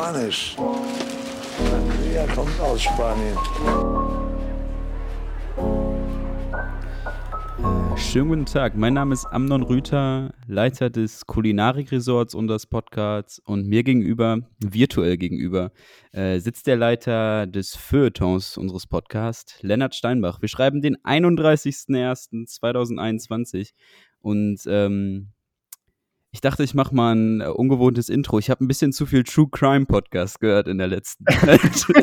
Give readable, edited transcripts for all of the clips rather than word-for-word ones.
Spanisch. Sangria kommt aus Spanien. Schönen guten Tag, mein Name ist Amnon Rüther, Leiter des Kulinarik-Resorts und des Podcasts, und mir gegenüber, virtuell gegenüber, sitzt der Leiter des Feuilletons unseres Podcasts, Lennart Steinbach. Wir schreiben den 31.01.2021 und ich dachte, ich mache mal ein ungewohntes Intro. Ich habe ein bisschen zu viel True Crime Podcast gehört in der letzten Zeit.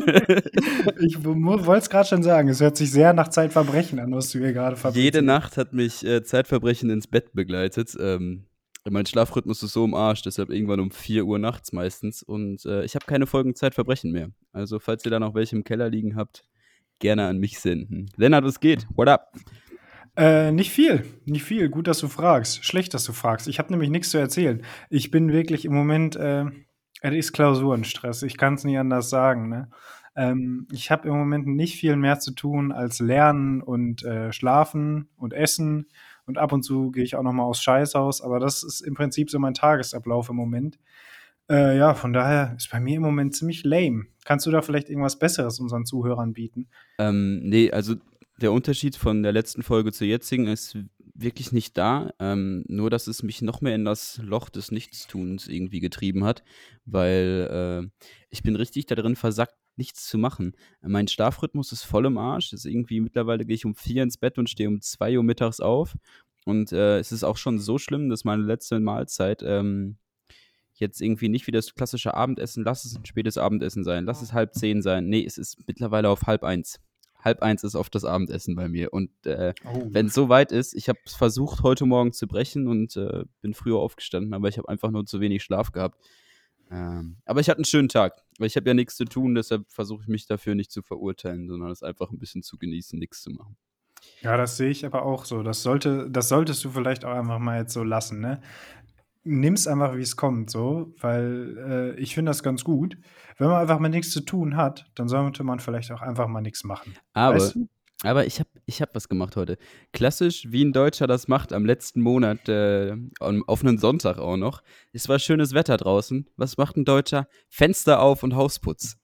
Ich wollte es gerade schon sagen, es hört sich sehr nach Zeitverbrechen an, was du hier gerade fabrizierst. Jede Nacht hat mich Zeitverbrechen ins Bett begleitet. Mein Schlafrhythmus ist so im Arsch, deshalb irgendwann um 4 Uhr nachts meistens. Und ich habe keine Folgen Zeitverbrechen mehr. Also falls ihr da noch welche im Keller liegen habt, gerne an mich senden. Lennart, was geht? What up? Nicht viel. Gut, dass du fragst. Schlecht, dass du fragst. Ich habe nämlich nichts zu erzählen. Ich bin wirklich im Moment, es ist Klausurenstress. Ich kann es nicht anders sagen. Ne? Ich habe im Moment nicht viel mehr zu tun als lernen und schlafen und essen. Und ab und zu gehe ich auch noch mal aufs Scheißhaus. Aber das ist im Prinzip so mein Tagesablauf im Moment. Ja, von daher ist bei mir im Moment ziemlich lame. Kannst du da vielleicht irgendwas Besseres unseren Zuhörern bieten? Nee, also der Unterschied von der letzten Folge zur jetzigen ist wirklich nicht da. Nur, dass es mich noch mehr in das Loch des Nichtstuns irgendwie getrieben hat, weil ich bin richtig da drin versackt, nichts zu machen. Mein Schlafrhythmus ist voll im Arsch. Ist irgendwie, mittlerweile gehe ich um 4 ins Bett und stehe um 2 Uhr mittags auf. Und es ist auch schon so schlimm, dass meine letzte Mahlzeit jetzt irgendwie nicht wie das klassische Abendessen, lass es ein spätes Abendessen sein, lass es 9:30 sein. Nee, es ist mittlerweile auf 12:30. 12:30 ist oft das Abendessen bei mir. Und wenn es so weit ist, ich habe es versucht, heute Morgen zu brechen und bin früher aufgestanden, aber ich habe einfach nur zu wenig Schlaf gehabt. Aber ich hatte einen schönen Tag, weil ich habe ja nichts zu tun, deshalb versuche ich mich dafür nicht zu verurteilen, sondern es einfach ein bisschen zu genießen, nichts zu machen. Ja, das sehe ich aber auch so. Das solltest du vielleicht auch einfach mal jetzt so lassen, ne? Nimm's einfach, wie es kommt, so, weil ich finde das ganz gut. Wenn man einfach mal nichts zu tun hat, dann sollte man vielleicht auch einfach mal nichts machen. Aber, Weißt du? aber ich hab was gemacht heute. Klassisch, wie ein Deutscher das macht, am letzten Monat, auf einen Sonntag auch noch. Es war schönes Wetter draußen. Was macht ein Deutscher? Fenster auf und Hausputz.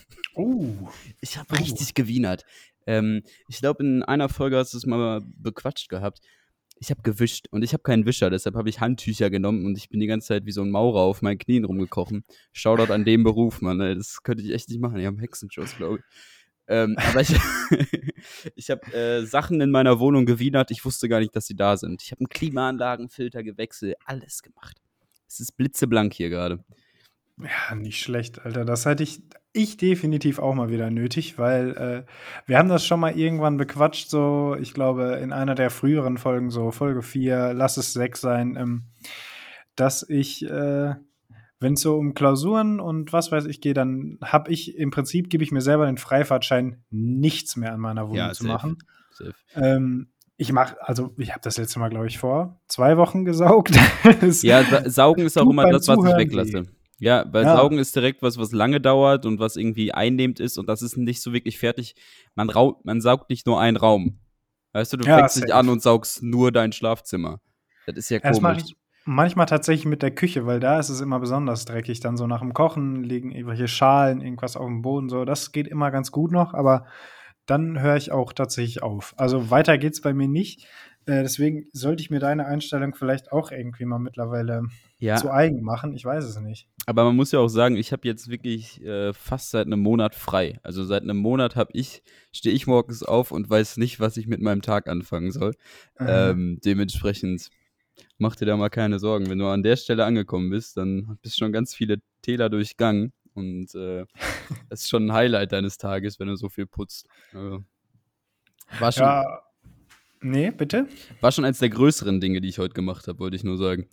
Ich habe richtig gewienert. Ich glaube, in einer Folge hast du es mal bequatscht gehabt. Ich habe gewischt und ich habe keinen Wischer, deshalb habe ich Handtücher genommen und ich bin die ganze Zeit wie so ein Maurer auf meinen Knien rumgekrochen. Shoutout an den Beruf, Mann. Ey, das könnte ich echt nicht machen. Ich habe einen Hexenschuss, glaube ich. Aber ich habe Sachen in meiner Wohnung gewienert. Ich wusste gar nicht, dass sie da sind. Ich habe einen Klimaanlagenfilter gewechselt, alles gemacht. Es ist blitzeblank hier gerade. Ja, nicht schlecht, Alter. Das hätte ich definitiv auch mal wieder nötig, weil wir haben das schon mal irgendwann bequatscht, so, ich glaube, in einer der früheren Folgen, so Folge 4, lass es 6 sein, dass ich, wenn es so um Klausuren und was weiß ich geht, dann gebe ich mir selber den Freifahrtschein, nichts mehr an meiner Wohnung zu machen. Safe. Ich habe das letzte Mal, glaube ich, vor 2 Wochen gesaugt. Ja, Saugen ist auch tut immer beim das, was ich Zuhören weglasse. Ja, weil Ja. Saugen ist direkt was lange dauert und was irgendwie einnehmend ist und das ist nicht so wirklich fertig. Man saugt nicht nur einen Raum. Weißt du Ja, fängst dich safe. an und saugst nur dein Schlafzimmer. Das ist ja Das mache komisch. ich manchmal tatsächlich mit der Küche, weil da ist es immer besonders dreckig. Dann so nach dem Kochen liegen irgendwelche Schalen, irgendwas auf dem Boden, so. Das geht immer ganz gut noch, aber dann höre ich auch tatsächlich auf. Also weiter geht's bei mir nicht. Deswegen sollte ich mir deine Einstellung vielleicht auch irgendwie mal mittlerweile Ja, zu eigen machen. Ich weiß es nicht. aber man muss ja auch sagen, ich habe jetzt wirklich fast seit einem Monat frei. Also seit einem Monat stehe ich morgens auf und weiß nicht, was ich mit meinem Tag anfangen soll. Dementsprechend mach dir da mal keine Sorgen. Wenn du an der Stelle angekommen bist, dann bist du schon ganz viele Täler durchgangen. Und das ist schon ein Highlight deines Tages, wenn du so viel putzt. Ja, nee, bitte? War schon eins der größeren Dinge, die ich heute gemacht habe, wollte ich nur sagen.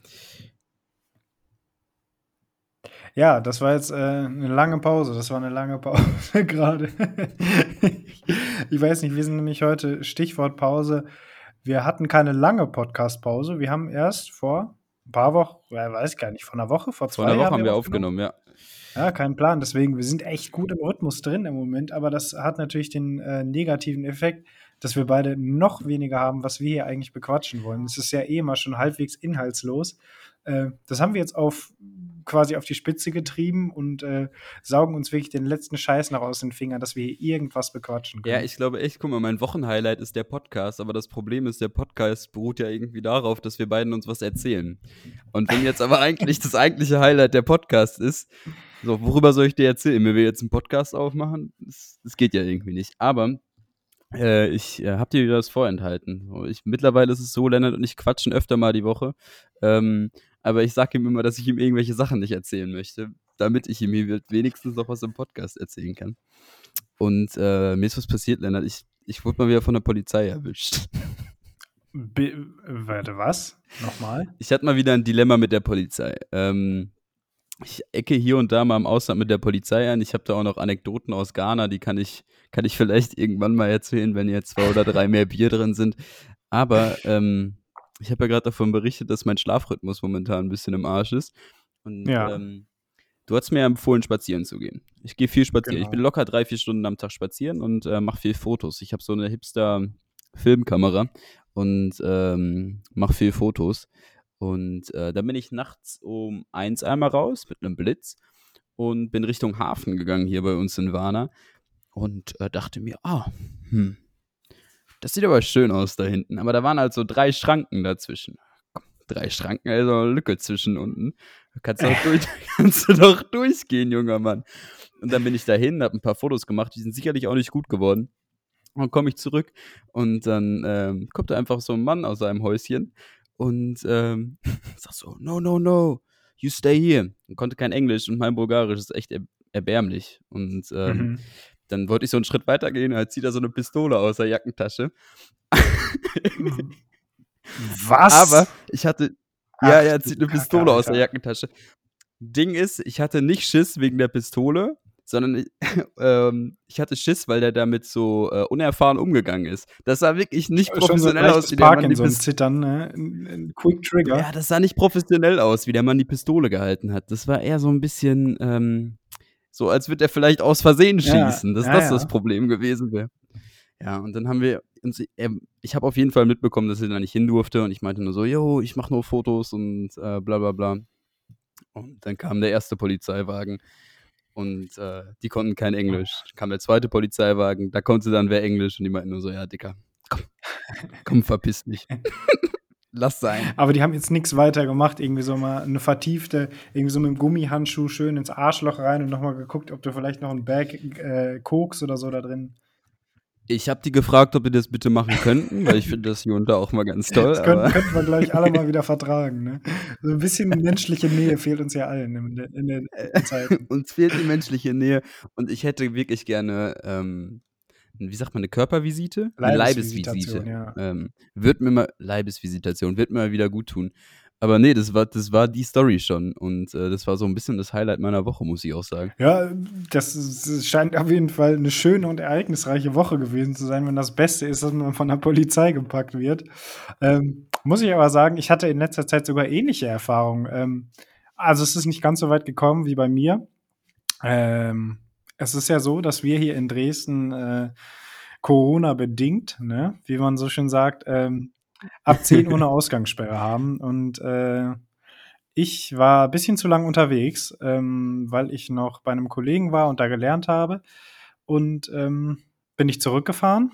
Ja, das war jetzt eine lange Pause. Das war eine lange Pause gerade. Ich weiß nicht, wir sind nämlich heute, Stichwort Pause. Wir hatten keine lange Podcast-Pause. Wir haben erst vor ein paar Wochen, weiß gar nicht, vor einer Woche, vor 2 Vor einer Woche Jahren haben wir aufgenommen, ja. Ja, kein Plan. Deswegen, wir sind echt gut im Rhythmus drin im Moment. Aber das hat natürlich den negativen Effekt, dass wir beide noch weniger haben, was wir hier eigentlich bequatschen wollen. Es ist ja eh immer schon halbwegs inhaltslos. Das haben wir jetzt auf quasi auf die Spitze getrieben und saugen uns wirklich den letzten Scheiß noch aus den Fingern, dass wir hier irgendwas bequatschen können. Ja, ich glaube echt, guck mal, mein Wochenhighlight ist der Podcast, aber das Problem ist, der Podcast beruht ja irgendwie darauf, dass wir beiden uns was erzählen. Und wenn jetzt aber eigentlich das eigentliche Highlight der Podcast ist, so, worüber soll ich dir erzählen? Wenn wir jetzt einen Podcast aufmachen? Das geht ja irgendwie nicht. Aber ich habe dir wieder das vorenthalten. Mittlerweile ist es so, Lennart und ich quatschen öfter mal die Woche. Aber ich sage ihm immer, dass ich ihm irgendwelche Sachen nicht erzählen möchte, damit ich ihm hier wenigstens noch was im Podcast erzählen kann. Und mir ist was passiert, Lennart. Ich wurde mal wieder von der Polizei erwischt. Warte, was? Nochmal? Ich hatte mal wieder ein Dilemma mit der Polizei. Ich ecke hier und da mal im Ausland mit der Polizei an. Ich habe da auch noch Anekdoten aus Ghana, die kann ich vielleicht irgendwann mal erzählen, wenn jetzt 2 oder 3 mehr Bier drin sind. Aber ich habe ja gerade davon berichtet, dass mein Schlafrhythmus momentan ein bisschen im Arsch ist. Und Ja. du hast mir ja empfohlen, spazieren zu gehen. Ich gehe viel spazieren. Genau. Ich bin locker 3-4 Stunden am Tag spazieren und mache viel Fotos. Ich habe so eine Hipster-Filmkamera und mache viel Fotos. Und dann bin ich nachts um 1 einmal raus mit einem Blitz und bin Richtung Hafen gegangen hier bei uns in Warna und dachte mir, das sieht aber schön aus da hinten. Aber da waren halt so 3 Schranken dazwischen. 3 Schranken, also eine Lücke zwischen unten. Da kannst du doch durchgehen, junger Mann. Und dann bin ich dahin, habe ein paar Fotos gemacht, die sind sicherlich auch nicht gut geworden. Und dann komme ich zurück und dann kommt da einfach so ein Mann aus seinem Häuschen und sagt so, no, you stay here. Und konnte kein Englisch und mein Bulgarisch ist echt erbärmlich. Und dann wollte ich so einen Schritt weitergehen, dann zieht er so eine Pistole aus der Jackentasche. Was? Aber ich hatte, Ach, er du zieht eine Kacke, Pistole aus der Alter. Jackentasche. Ding ist, ich hatte nicht Schiss wegen der Pistole, sondern ich hatte Schiss, weil der damit so unerfahren umgegangen ist. Das sah wirklich nicht Schon so ein professionell aus, leichtes wie der Mann die Parkinson-Zittern, ne? Ein Quick Trigger. Ja, das sah nicht professionell aus, wie der Mann die Pistole gehalten hat. Das war eher so ein bisschen so, als würde er vielleicht aus Versehen schießen, dass das Problem gewesen wäre. Ja, und dann haben wir uns, ich habe auf jeden Fall mitbekommen, dass er da nicht hin durfte und ich meinte nur so, yo, ich mache nur Fotos und bla bla bla. Und dann kam der erste Polizeiwagen und die konnten kein Englisch. Dann kam der zweite Polizeiwagen, da konnte dann wer Englisch und die meinten nur so, ja, Dicker, komm, verpiss dich. Lass sein. Aber die haben jetzt nichts weiter gemacht, irgendwie so mal eine vertiefte, irgendwie so mit dem Gummihandschuh schön ins Arschloch rein und nochmal geguckt, ob du vielleicht noch ein Bag Koks oder so da drin. Ich habe die gefragt, ob wir das bitte machen könnten, weil ich finde das hier und da auch mal ganz toll. Das könnten wir, glaube ich, alle mal wieder vertragen. Ne? So ein bisschen menschliche Nähe fehlt uns ja allen in den Zeiten. Uns fehlt die menschliche Nähe und ich hätte wirklich gerne, wie sagt man, eine Körpervisite? Eine Leibesvisitation, Leibesvisite. ja. Leibesvisitation, wird mir mal wieder gut tun. Aber nee, das war die Story schon und das war so ein bisschen das Highlight meiner Woche, muss ich auch sagen. Ja, das scheint auf jeden Fall eine schöne und ereignisreiche Woche gewesen zu sein, wenn das Beste ist, dass man von der Polizei gepackt wird. Muss ich aber sagen, ich hatte in letzter Zeit sogar ähnliche Erfahrungen. Also es ist nicht ganz so weit gekommen wie bei mir. Es ist ja so, dass wir hier in Dresden Corona-bedingt, ne, wie man so schön sagt, ab 10 Uhr eine Ausgangssperre haben. Und ich war ein bisschen zu lang unterwegs, weil ich noch bei einem Kollegen war und da gelernt habe. Und bin ich zurückgefahren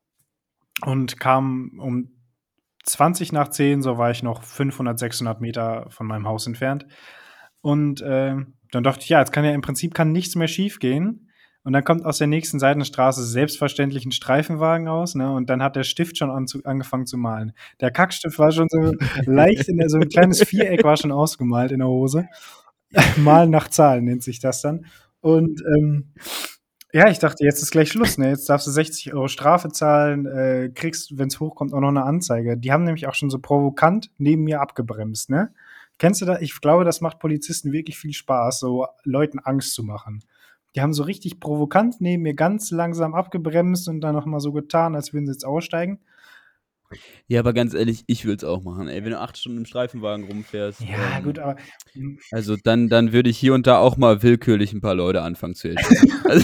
und kam um 20 nach 10, so war ich noch 500, 600 Meter von meinem Haus entfernt. Und dann dachte ich, ja, jetzt kann ja im Prinzip nichts mehr schief gehen. Und dann kommt aus der nächsten Seitenstraße selbstverständlich ein Streifenwagen aus, ne? Und dann hat der Stift schon angefangen zu malen. Der Kackstift war schon so leicht, so ein kleines Viereck war schon ausgemalt in der Hose. Malen nach Zahlen nennt sich das dann. Und ja, ich dachte, jetzt ist gleich Schluss, ne? Jetzt darfst du 60 € Strafe zahlen, kriegst, wenn es hochkommt, auch noch eine Anzeige. Die haben nämlich auch schon so provokant neben mir abgebremst, ne? Kennst du das? Ich glaube, das macht Polizisten wirklich viel Spaß, so Leuten Angst zu machen. Die haben so richtig provokant neben mir ganz langsam abgebremst und dann nochmal so getan, als würden sie jetzt aussteigen. Ja, aber ganz ehrlich, ich würde es auch machen. Ey, wenn du 8 Stunden im Streifenwagen rumfährst. Ja, gut, aber. Also dann würde ich hier und da auch mal willkürlich ein paar Leute anfangen zu erschießen. Also,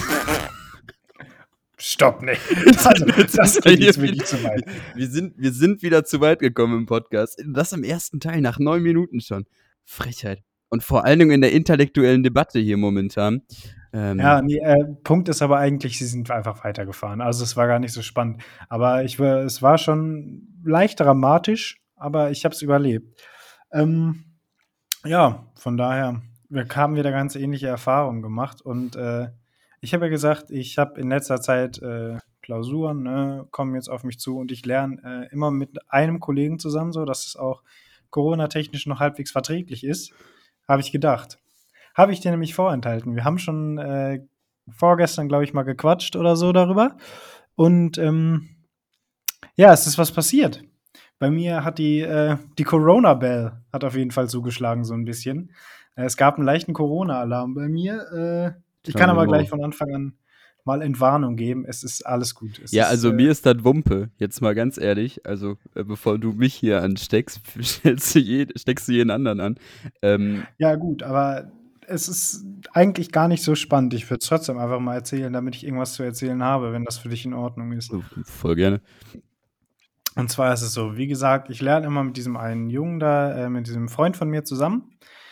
Stopp, ne. Also, das geht jetzt wirklich zu weit. Wir sind wieder zu weit gekommen im Podcast. Das im ersten Teil, nach 9 Minuten schon. Frechheit. Und vor allen Dingen in der intellektuellen Debatte hier momentan. Ja, nee, Punkt ist aber eigentlich, sie sind einfach weitergefahren. Also es war gar nicht so spannend. Aber es war schon leicht dramatisch, aber ich habe es überlebt. Ähm, ja, von daher, haben wir da ganz ähnliche Erfahrungen gemacht. Und ich habe ja gesagt, ich habe in letzter Zeit Klausuren, ne, kommen jetzt auf mich zu und ich lerne immer mit einem Kollegen zusammen, so dass es auch Corona-technisch noch halbwegs verträglich ist, habe ich gedacht. Habe ich dir nämlich vorenthalten. Wir haben schon vorgestern, glaube ich, mal gequatscht oder so darüber. Und ja, es ist was passiert. Bei mir hat die Corona-Bell hat auf jeden Fall zugeschlagen, so ein bisschen. Es gab einen leichten Corona-Alarm bei mir. Ich kann aber gleich von Anfang an mal Entwarnung geben. Es ist alles gut. Ja, also mir ist das Wumpe, jetzt mal ganz ehrlich. Also, bevor du mich hier ansteckst, steckst du jeden anderen an. Ja, gut, aber es ist eigentlich gar nicht so spannend. Ich würde es trotzdem einfach mal erzählen, damit ich irgendwas zu erzählen habe, wenn das für dich in Ordnung ist. Voll gerne. Und zwar ist es so, wie gesagt, ich lerne immer mit diesem einen Jungen da, mit diesem Freund von mir zusammen.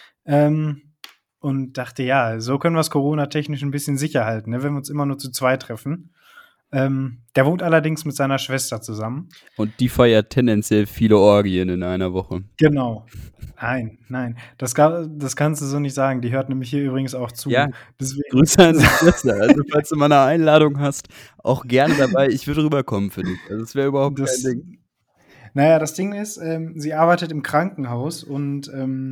Und dachte, ja, so können wir es Corona-technisch ein bisschen sicher halten, ne, wenn wir uns immer nur zu zweit treffen. Der wohnt allerdings mit seiner Schwester zusammen. Und die feiert tendenziell viele Orgien in einer Woche. Genau. Nein. Das kannst du so nicht sagen. Die hört nämlich hier übrigens auch zu. Ja, Deswegen, Grüße an die Schwester. Also, falls du mal eine Einladung hast, auch gerne dabei. Ich würde rüberkommen für dich. Also, das wäre überhaupt kein Ding. Naja, das Ding ist, sie arbeitet im Krankenhaus und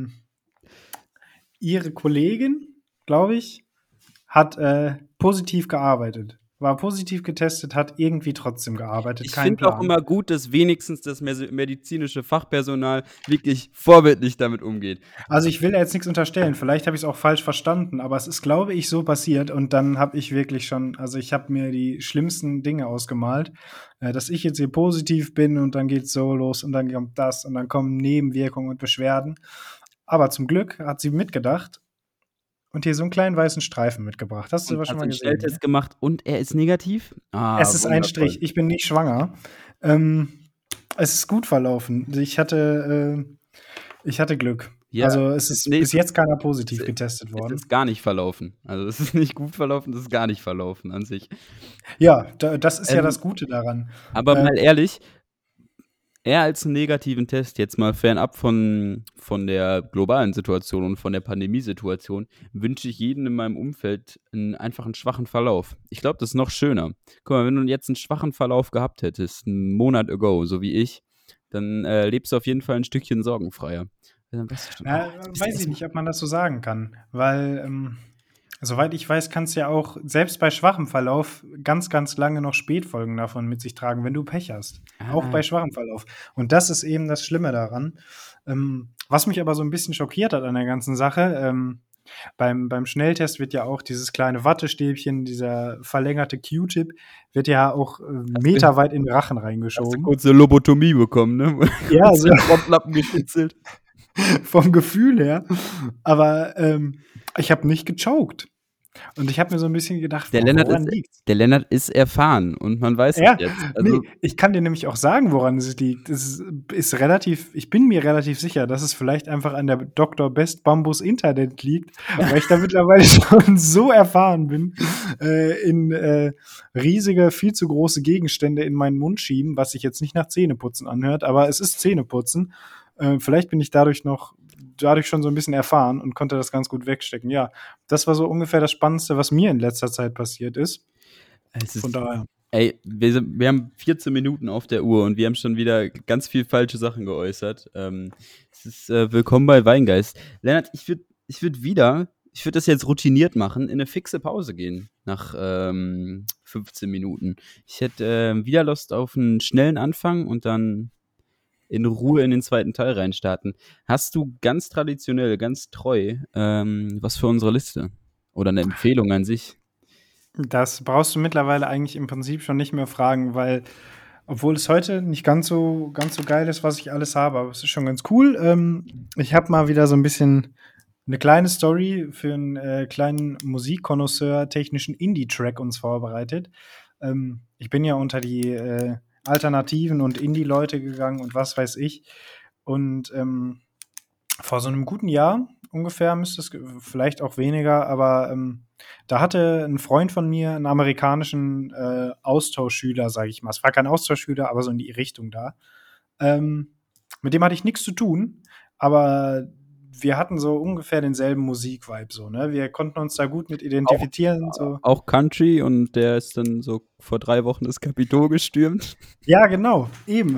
ihre Kollegin, glaube ich, hat positiv gearbeitet. War positiv getestet, hat irgendwie trotzdem gearbeitet. Ich Kein finde auch Plan. immer gut, dass wenigstens das medizinische Fachpersonal wirklich vorbildlich damit umgeht. Also ich will da jetzt nichts unterstellen, vielleicht habe ich es auch falsch verstanden, aber es ist, glaube ich, so passiert und dann habe ich wirklich schon, also ich habe mir die schlimmsten Dinge ausgemalt, dass ich jetzt hier positiv bin und dann geht's so los und dann kommt das und dann kommen Nebenwirkungen und Beschwerden. Aber zum Glück hat sie mitgedacht und hier so einen kleinen weißen Streifen mitgebracht. Hast du Und aber schon hast mal einen gesehen? Schnelltest gemacht und er ist negativ? Es ist ein Wundervoll. Strich. Ich bin nicht schwanger. Es ist gut verlaufen. Ich hatte Glück. Ja, Also es ist nee, bis jetzt keiner positiv es- getestet Es worden. ist gar nicht verlaufen. Also, es ist nicht gut verlaufen, es ist gar nicht verlaufen an sich. Ja, das ist ja Ähm, das Gute daran. Aber mal ehrlich, eher als einen negativen Test, jetzt mal fernab von der globalen Situation und von der Pandemiesituation, wünsche ich jedem in meinem Umfeld einfach einen schwachen Verlauf. Ich glaube, das ist noch schöner. Guck mal, wenn du jetzt einen schwachen Verlauf gehabt hättest, 'n Monat ago, so wie ich, dann lebst du auf jeden Fall ein Stückchen sorgenfreier. Dann weißt du schon, Weiß ich nicht, ob man das so sagen kann, weil soweit ich weiß, kannst du ja auch selbst bei schwachem Verlauf ganz, ganz lange noch Spätfolgen davon mit sich tragen, wenn du Pech hast. Auch bei schwachem Verlauf. Und das ist eben das Schlimme daran. Was mich aber so ein bisschen schockiert hat an der ganzen Sache, beim Schnelltest wird ja auch dieses kleine Wattestäbchen, dieser verlängerte Q-Tip, wird ja auch meterweit in den Rachen hast du reingeschoben. kurz eine Lobotomie bekommen, ne? Ja, also Den Frontlappen gekitzelt. vom Gefühl her. Aber ich habe nicht gechoked. Und ich habe mir so ein bisschen gedacht, Der Lennart ist erfahren und man weiß es Ja, jetzt. Also, nee, ich kann dir nämlich auch sagen, woran es liegt. Ich bin mir relativ sicher, dass es vielleicht einfach an der Dr. Best Bambus Internet liegt, weil ich da mittlerweile schon so erfahren bin, in riesige, viel zu große Gegenstände in meinen Mund schieben, was sich jetzt nicht nach Zähneputzen anhört, aber es ist Zähneputzen. Vielleicht bin ich dadurch schon so ein bisschen erfahren und konnte das ganz gut wegstecken. Ja, das war so ungefähr das Spannendste, was mir in letzter Zeit passiert ist. Von daher. Ey, wir haben 14 Minuten auf der Uhr und wir haben schon wieder ganz viel falsche Sachen geäußert. Es ist willkommen bei Weingeist. Lennart, ich würde das jetzt routiniert machen, in eine fixe Pause gehen nach 15 Minuten. Ich hätte wieder Lust auf einen schnellen Anfang und dann in Ruhe in den zweiten Teil reinstarten. Hast du ganz traditionell, ganz treu was für unsere Liste? Oder eine Empfehlung an sich? Das brauchst du mittlerweile eigentlich im Prinzip schon nicht mehr fragen, weil, obwohl es heute nicht ganz so geil ist, was ich alles habe, aber es ist schon ganz cool. Ich habe mal wieder so ein bisschen eine kleine Story für einen kleinen Musikkonnoisseur technischen Indie-Track uns vorbereitet. Ich bin ja unter die Alternativen und Indie-Leute gegangen und was weiß ich. Und Vor so einem guten Jahr ungefähr müsste es vielleicht auch weniger, aber da hatte ein Freund von mir einen amerikanischen Austauschschüler, sage ich mal. Es war kein Austauschschüler, aber so in die Richtung da. Ähm, mit dem hatte ich nichts zu tun, aber wir hatten so ungefähr denselben Musikvibe so, ne? Wir konnten uns da gut mit Auch, identifizieren, so. auch Country und der ist dann so vor 3 Wochen das Kapitol gestürmt. Ja, genau, eben.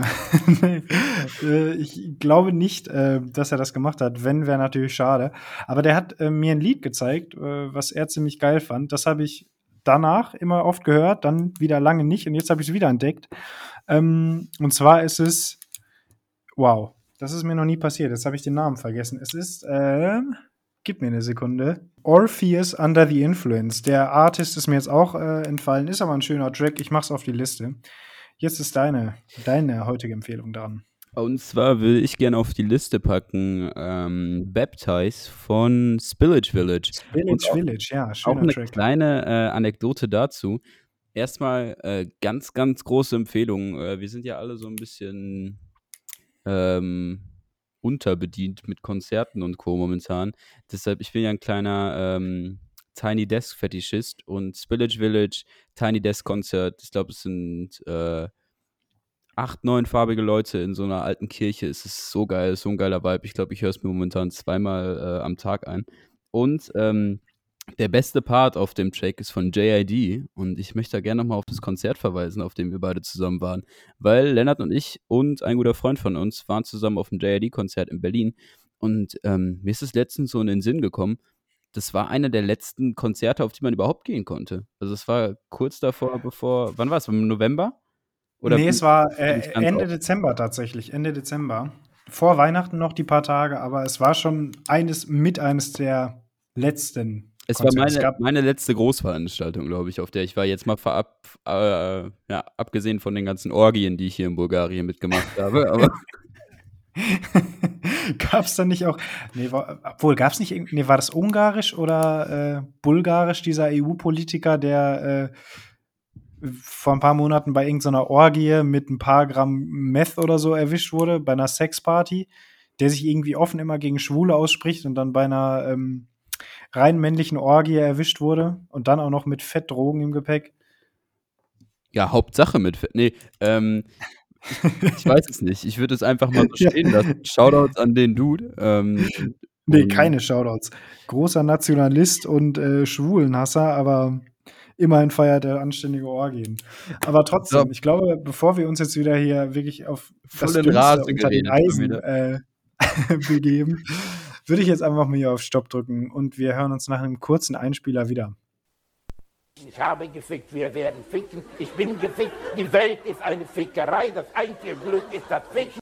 Ich glaube nicht, dass er das gemacht hat. Wenn, wäre natürlich schade. Aber der hat mir ein Lied gezeigt, was er ziemlich geil fand. Das habe ich danach immer oft gehört, dann wieder lange nicht und jetzt habe ich es wieder entdeckt. Und zwar ist es, wow, das ist mir noch nie passiert. Jetzt habe ich den Namen vergessen. Es ist, gib mir eine Sekunde. Orpheus Under the Influence. Der Artist ist mir jetzt auch entfallen, ist aber ein schöner Track. Ich mach's auf die Liste. Jetzt ist deine heutige Empfehlung dran. Und zwar will ich gerne auf die Liste packen Baptize von Spillage Village. Village, Village, ja, Auch schöner eine Track. kleine Anekdote dazu. Erstmal ganz, ganz große Empfehlung. Wir sind ja alle so ein bisschen unterbedient mit Konzerten und Co. momentan. Deshalb, ich bin ja ein kleiner Tiny Desk Fetischist und Spillage Village, Tiny Desk Konzert, ich glaube, es sind 8, 9 farbige Leute in so einer alten Kirche. Es ist so geil, ist so ein geiler Vibe. Ich glaube, ich höre es mir momentan zweimal am Tag ein. Und der beste Part auf dem Track ist von JID und ich möchte da gerne nochmal auf das Konzert verweisen, auf dem wir beide zusammen waren, weil Lennart und ich und ein guter Freund von uns waren zusammen auf dem JID-Konzert in Berlin und mir ist es letztens so in den Sinn gekommen, das war einer der letzten Konzerte, auf die man überhaupt gehen konnte. Also es war kurz davor, wann war es? Im November? Oder Nee, es war nicht ganz Ende auf? Dezember tatsächlich, Ende Dezember. Vor Weihnachten noch die paar Tage, aber es war schon eines der letzten Es war Konzerte. Es gab meine letzte Großveranstaltung, glaube ich, auf der ich war. Jetzt mal ja, abgesehen von den ganzen Orgien, die ich hier in Bulgarien mitgemacht habe. Aber Gab's da nicht auch nee, obwohl, gab's nicht nee, war das ungarisch oder bulgarisch, dieser EU-Politiker, der vor ein paar Monaten bei irgendeiner Orgie mit ein paar Gramm Meth oder so erwischt wurde, bei einer Sexparty, der sich irgendwie offen immer gegen Schwule ausspricht und dann bei einer rein männlichen Orgie erwischt wurde und dann auch noch mit Fettdrogen im Gepäck. ja, Hauptsache mit. Nee, ich weiß es nicht. Ich würde es einfach mal so Ja. stehen lassen. Shoutouts an den Dude. Nee, Und keine Shoutouts. Großer Nationalist und Schwulenhasser, aber immerhin feiert er anständige Orgien. Aber trotzdem, so, ich glaube, bevor wir uns jetzt wieder hier wirklich auf das voll in Dünnste Rage unter den geredet schon Eisen wieder. begeben, würde ich jetzt einfach mal hier auf Stopp drücken und wir hören uns nach einem kurzen Einspieler wieder. Ich habe gefickt, wir werden ficken. Ich bin gefickt, die Welt ist eine Fickerei. Das einzige Glück ist das Ficken.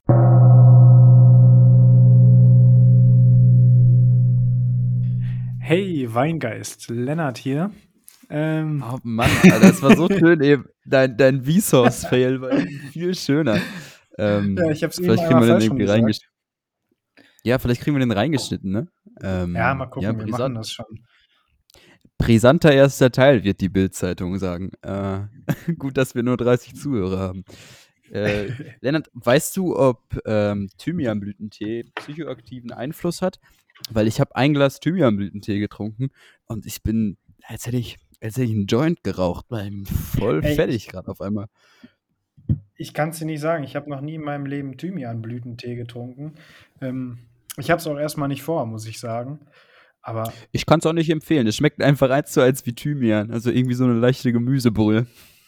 Hey, Weingeist, Lennart hier. Oh Mann, Alter, das war so schön eben. Dein Vsauce-Fail war irgendwie viel schöner. Ja, ich hab's eben Vielleicht kriegen einmal wir den falsch irgendwie gesagt. reingeschnitten. Ja, vielleicht kriegen wir den reingeschnitten, ne? Ja, mal gucken, ja, wir machen das schon. brisanter erster Teil, wird die Bild-Zeitung sagen. Gut, dass wir nur 30 Zuhörer haben. Lennart, weißt du, ob Thymianblütentee psychoaktiven Einfluss hat? Weil ich habe ein Glas Thymianblütentee getrunken und ich bin, als hätte ich einen Joint geraucht, weil ich bin voll Ey, fertig gerade auf einmal. ich kann es dir nicht sagen. Ich habe noch nie in meinem Leben Thymianblütentee getrunken. Ich habe es auch erstmal nicht vor, muss ich sagen. Aber Ich kann es auch nicht empfehlen. Es schmeckt einfach 1:1 wie Thymian. Also irgendwie so eine leichte Gemüsebrühe.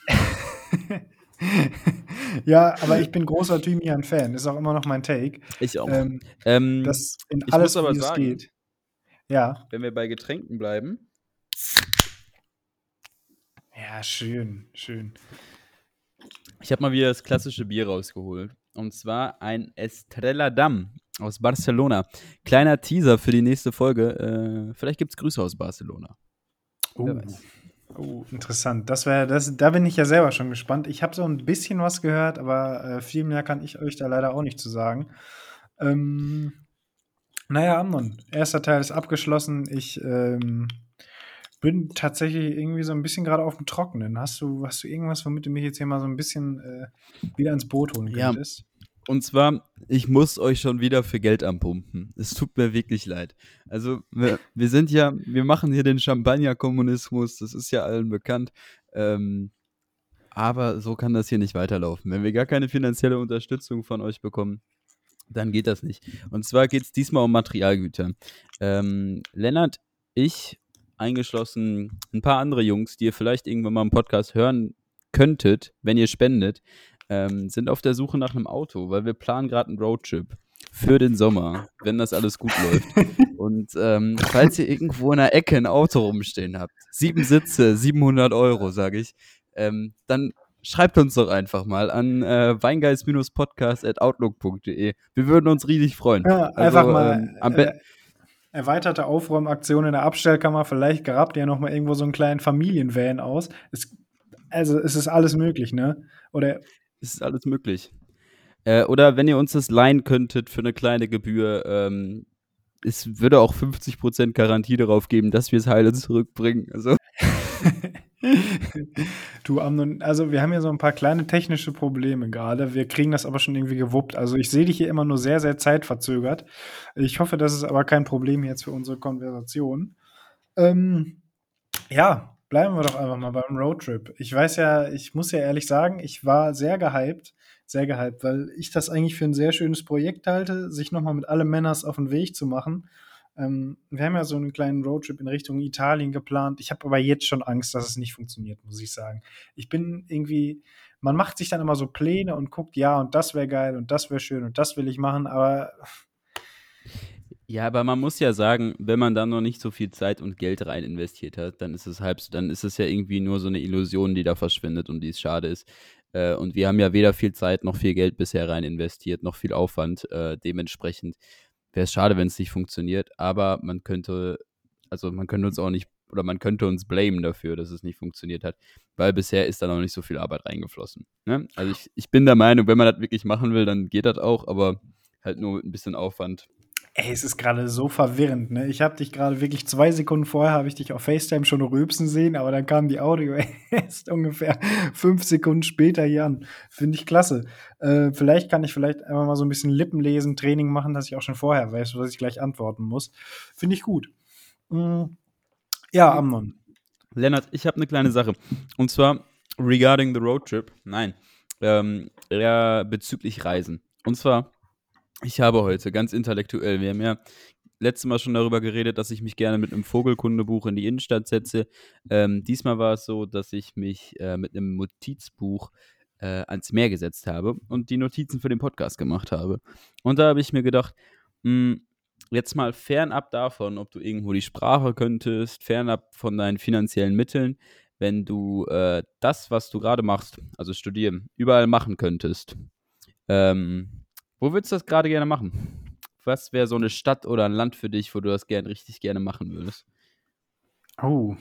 ja, aber ich bin großer Thymian-Fan. Ist auch immer noch mein Take. Ich auch. Das in ich alles, muss aber wie es sagen, geht. Ja. wenn wir bei Getränken bleiben, Ja, schön, schön. ich habe mal wieder das klassische Bier rausgeholt. Und zwar ein Estrella Damm aus Barcelona. Kleiner Teaser für die nächste Folge. Vielleicht gibt es Grüße aus Barcelona. Wer weiß. Interessant. Da bin ich ja selber schon gespannt. Ich habe so ein bisschen was gehört, aber viel mehr kann ich euch da leider auch nicht zu sagen. Naja, Amnon, erster Teil ist abgeschlossen. Ich bin tatsächlich irgendwie so ein bisschen gerade auf dem Trockenen. Hast du irgendwas, womit du mich jetzt hier mal so ein bisschen wieder ins Boot holen Ja. könntest? Und zwar, ich muss euch schon wieder für Geld anpumpen. Es tut mir wirklich leid. Also, wir machen hier den Champagner-Kommunismus, das ist ja allen bekannt. Aber so kann das hier nicht weiterlaufen. Wenn wir gar keine finanzielle Unterstützung von euch bekommen, dann geht das nicht. Und zwar geht es diesmal um Materialgüter. Lennart, ich, eingeschlossen ein paar andere Jungs, die ihr vielleicht irgendwann mal im Podcast hören könntet, wenn ihr spendet, sind auf der Suche nach einem Auto, weil wir planen gerade einen Roadtrip für den Sommer, wenn das alles gut läuft. Und falls ihr irgendwo in der Ecke ein Auto rumstehen habt, 7 Sitze, 700 Euro, sage ich, dann schreibt uns doch einfach mal an weingeist-podcast@outlook.de. Wir würden uns riesig freuen. Ja, Also, einfach mal erweiterte Aufräumaktion in der Abstellkammer. Vielleicht grabt ihr noch mal irgendwo so einen kleinen Familienvan aus. Es ist alles möglich, ne? Oder ist alles möglich. Oder wenn ihr uns das leihen könntet für eine kleine Gebühr, es würde auch 50% Garantie darauf geben, dass wir es heile zurückbringen. Also, du, Amnon, also wir haben hier so ein paar kleine technische Probleme gerade. Wir kriegen das aber schon irgendwie gewuppt. Also ich sehe dich hier immer nur sehr, sehr zeitverzögert. Ich hoffe, das ist aber kein Problem jetzt für unsere Konversation. Ja, bleiben wir doch einfach mal beim Roadtrip. Ich weiß ja, ich muss ja ehrlich sagen, ich war sehr gehypt, weil ich das eigentlich für ein sehr schönes Projekt halte, sich nochmal mit allem Männers auf den Weg zu machen. Wir haben ja so einen kleinen Roadtrip in Richtung Italien geplant. Ich habe aber jetzt schon Angst, dass es nicht funktioniert, muss ich sagen. Ich bin irgendwie, man macht sich dann immer so Pläne und guckt, ja, und das wäre geil und das wäre schön und das will ich machen, aber ja, aber man muss ja sagen, wenn man da noch nicht so viel Zeit und Geld rein investiert hat, dann ist es ja irgendwie nur so eine Illusion, die da verschwindet und die es schade ist. Und wir haben ja weder viel Zeit noch viel Geld bisher rein investiert, noch viel Aufwand. Dementsprechend wäre es schade, wenn es nicht funktioniert. Aber man könnte uns auch nicht, oder man könnte uns blamen dafür, dass es nicht funktioniert hat, weil bisher ist da noch nicht so viel Arbeit reingeflossen. Ne? Also ich bin der Meinung, wenn man das wirklich machen will, dann geht das auch, aber halt nur mit ein bisschen Aufwand. ey, es ist gerade so verwirrend, ne? Ich habe dich gerade wirklich 2 Sekunden vorher habe ich dich auf FaceTime schon rülpsen sehen, aber dann kam die Audio erst ungefähr 5 Sekunden später hier an. Finde ich klasse. Vielleicht kann ich einfach mal so ein bisschen Lippenlesen, Training machen, dass ich auch schon vorher weiß, was ich gleich antworten muss. Finde ich gut. Ja, Amnon. Lennart, ich habe eine kleine Sache. Und zwar regarding the road trip. Nein. Bezüglich Reisen. Und zwar, ich habe heute ganz intellektuell, wir haben ja letztes Mal schon darüber geredet, dass ich mich gerne mit einem Vogelkundebuch in die Innenstadt setze. Diesmal war es so, dass ich mich mit einem Notizbuch ans Meer gesetzt habe und die Notizen für den Podcast gemacht habe. Und da habe ich mir gedacht, jetzt mal fernab davon, ob du irgendwo die Sprache könntest, fernab von deinen finanziellen Mitteln, wenn du das, was du gerade machst, also studieren, überall machen könntest. Wo würdest du das gerade gerne machen? Was wäre so eine Stadt oder ein Land für dich, wo du das richtig gerne machen würdest? Oh,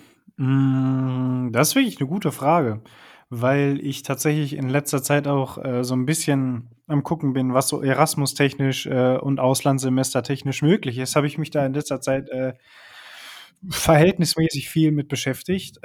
das ist wirklich eine gute Frage, weil ich tatsächlich in letzter Zeit auch, so ein bisschen am Gucken bin, was so Erasmus-technisch, und Auslandssemester-technisch möglich ist, habe ich mich da in letzter Zeit, verhältnismäßig viel mit beschäftigt,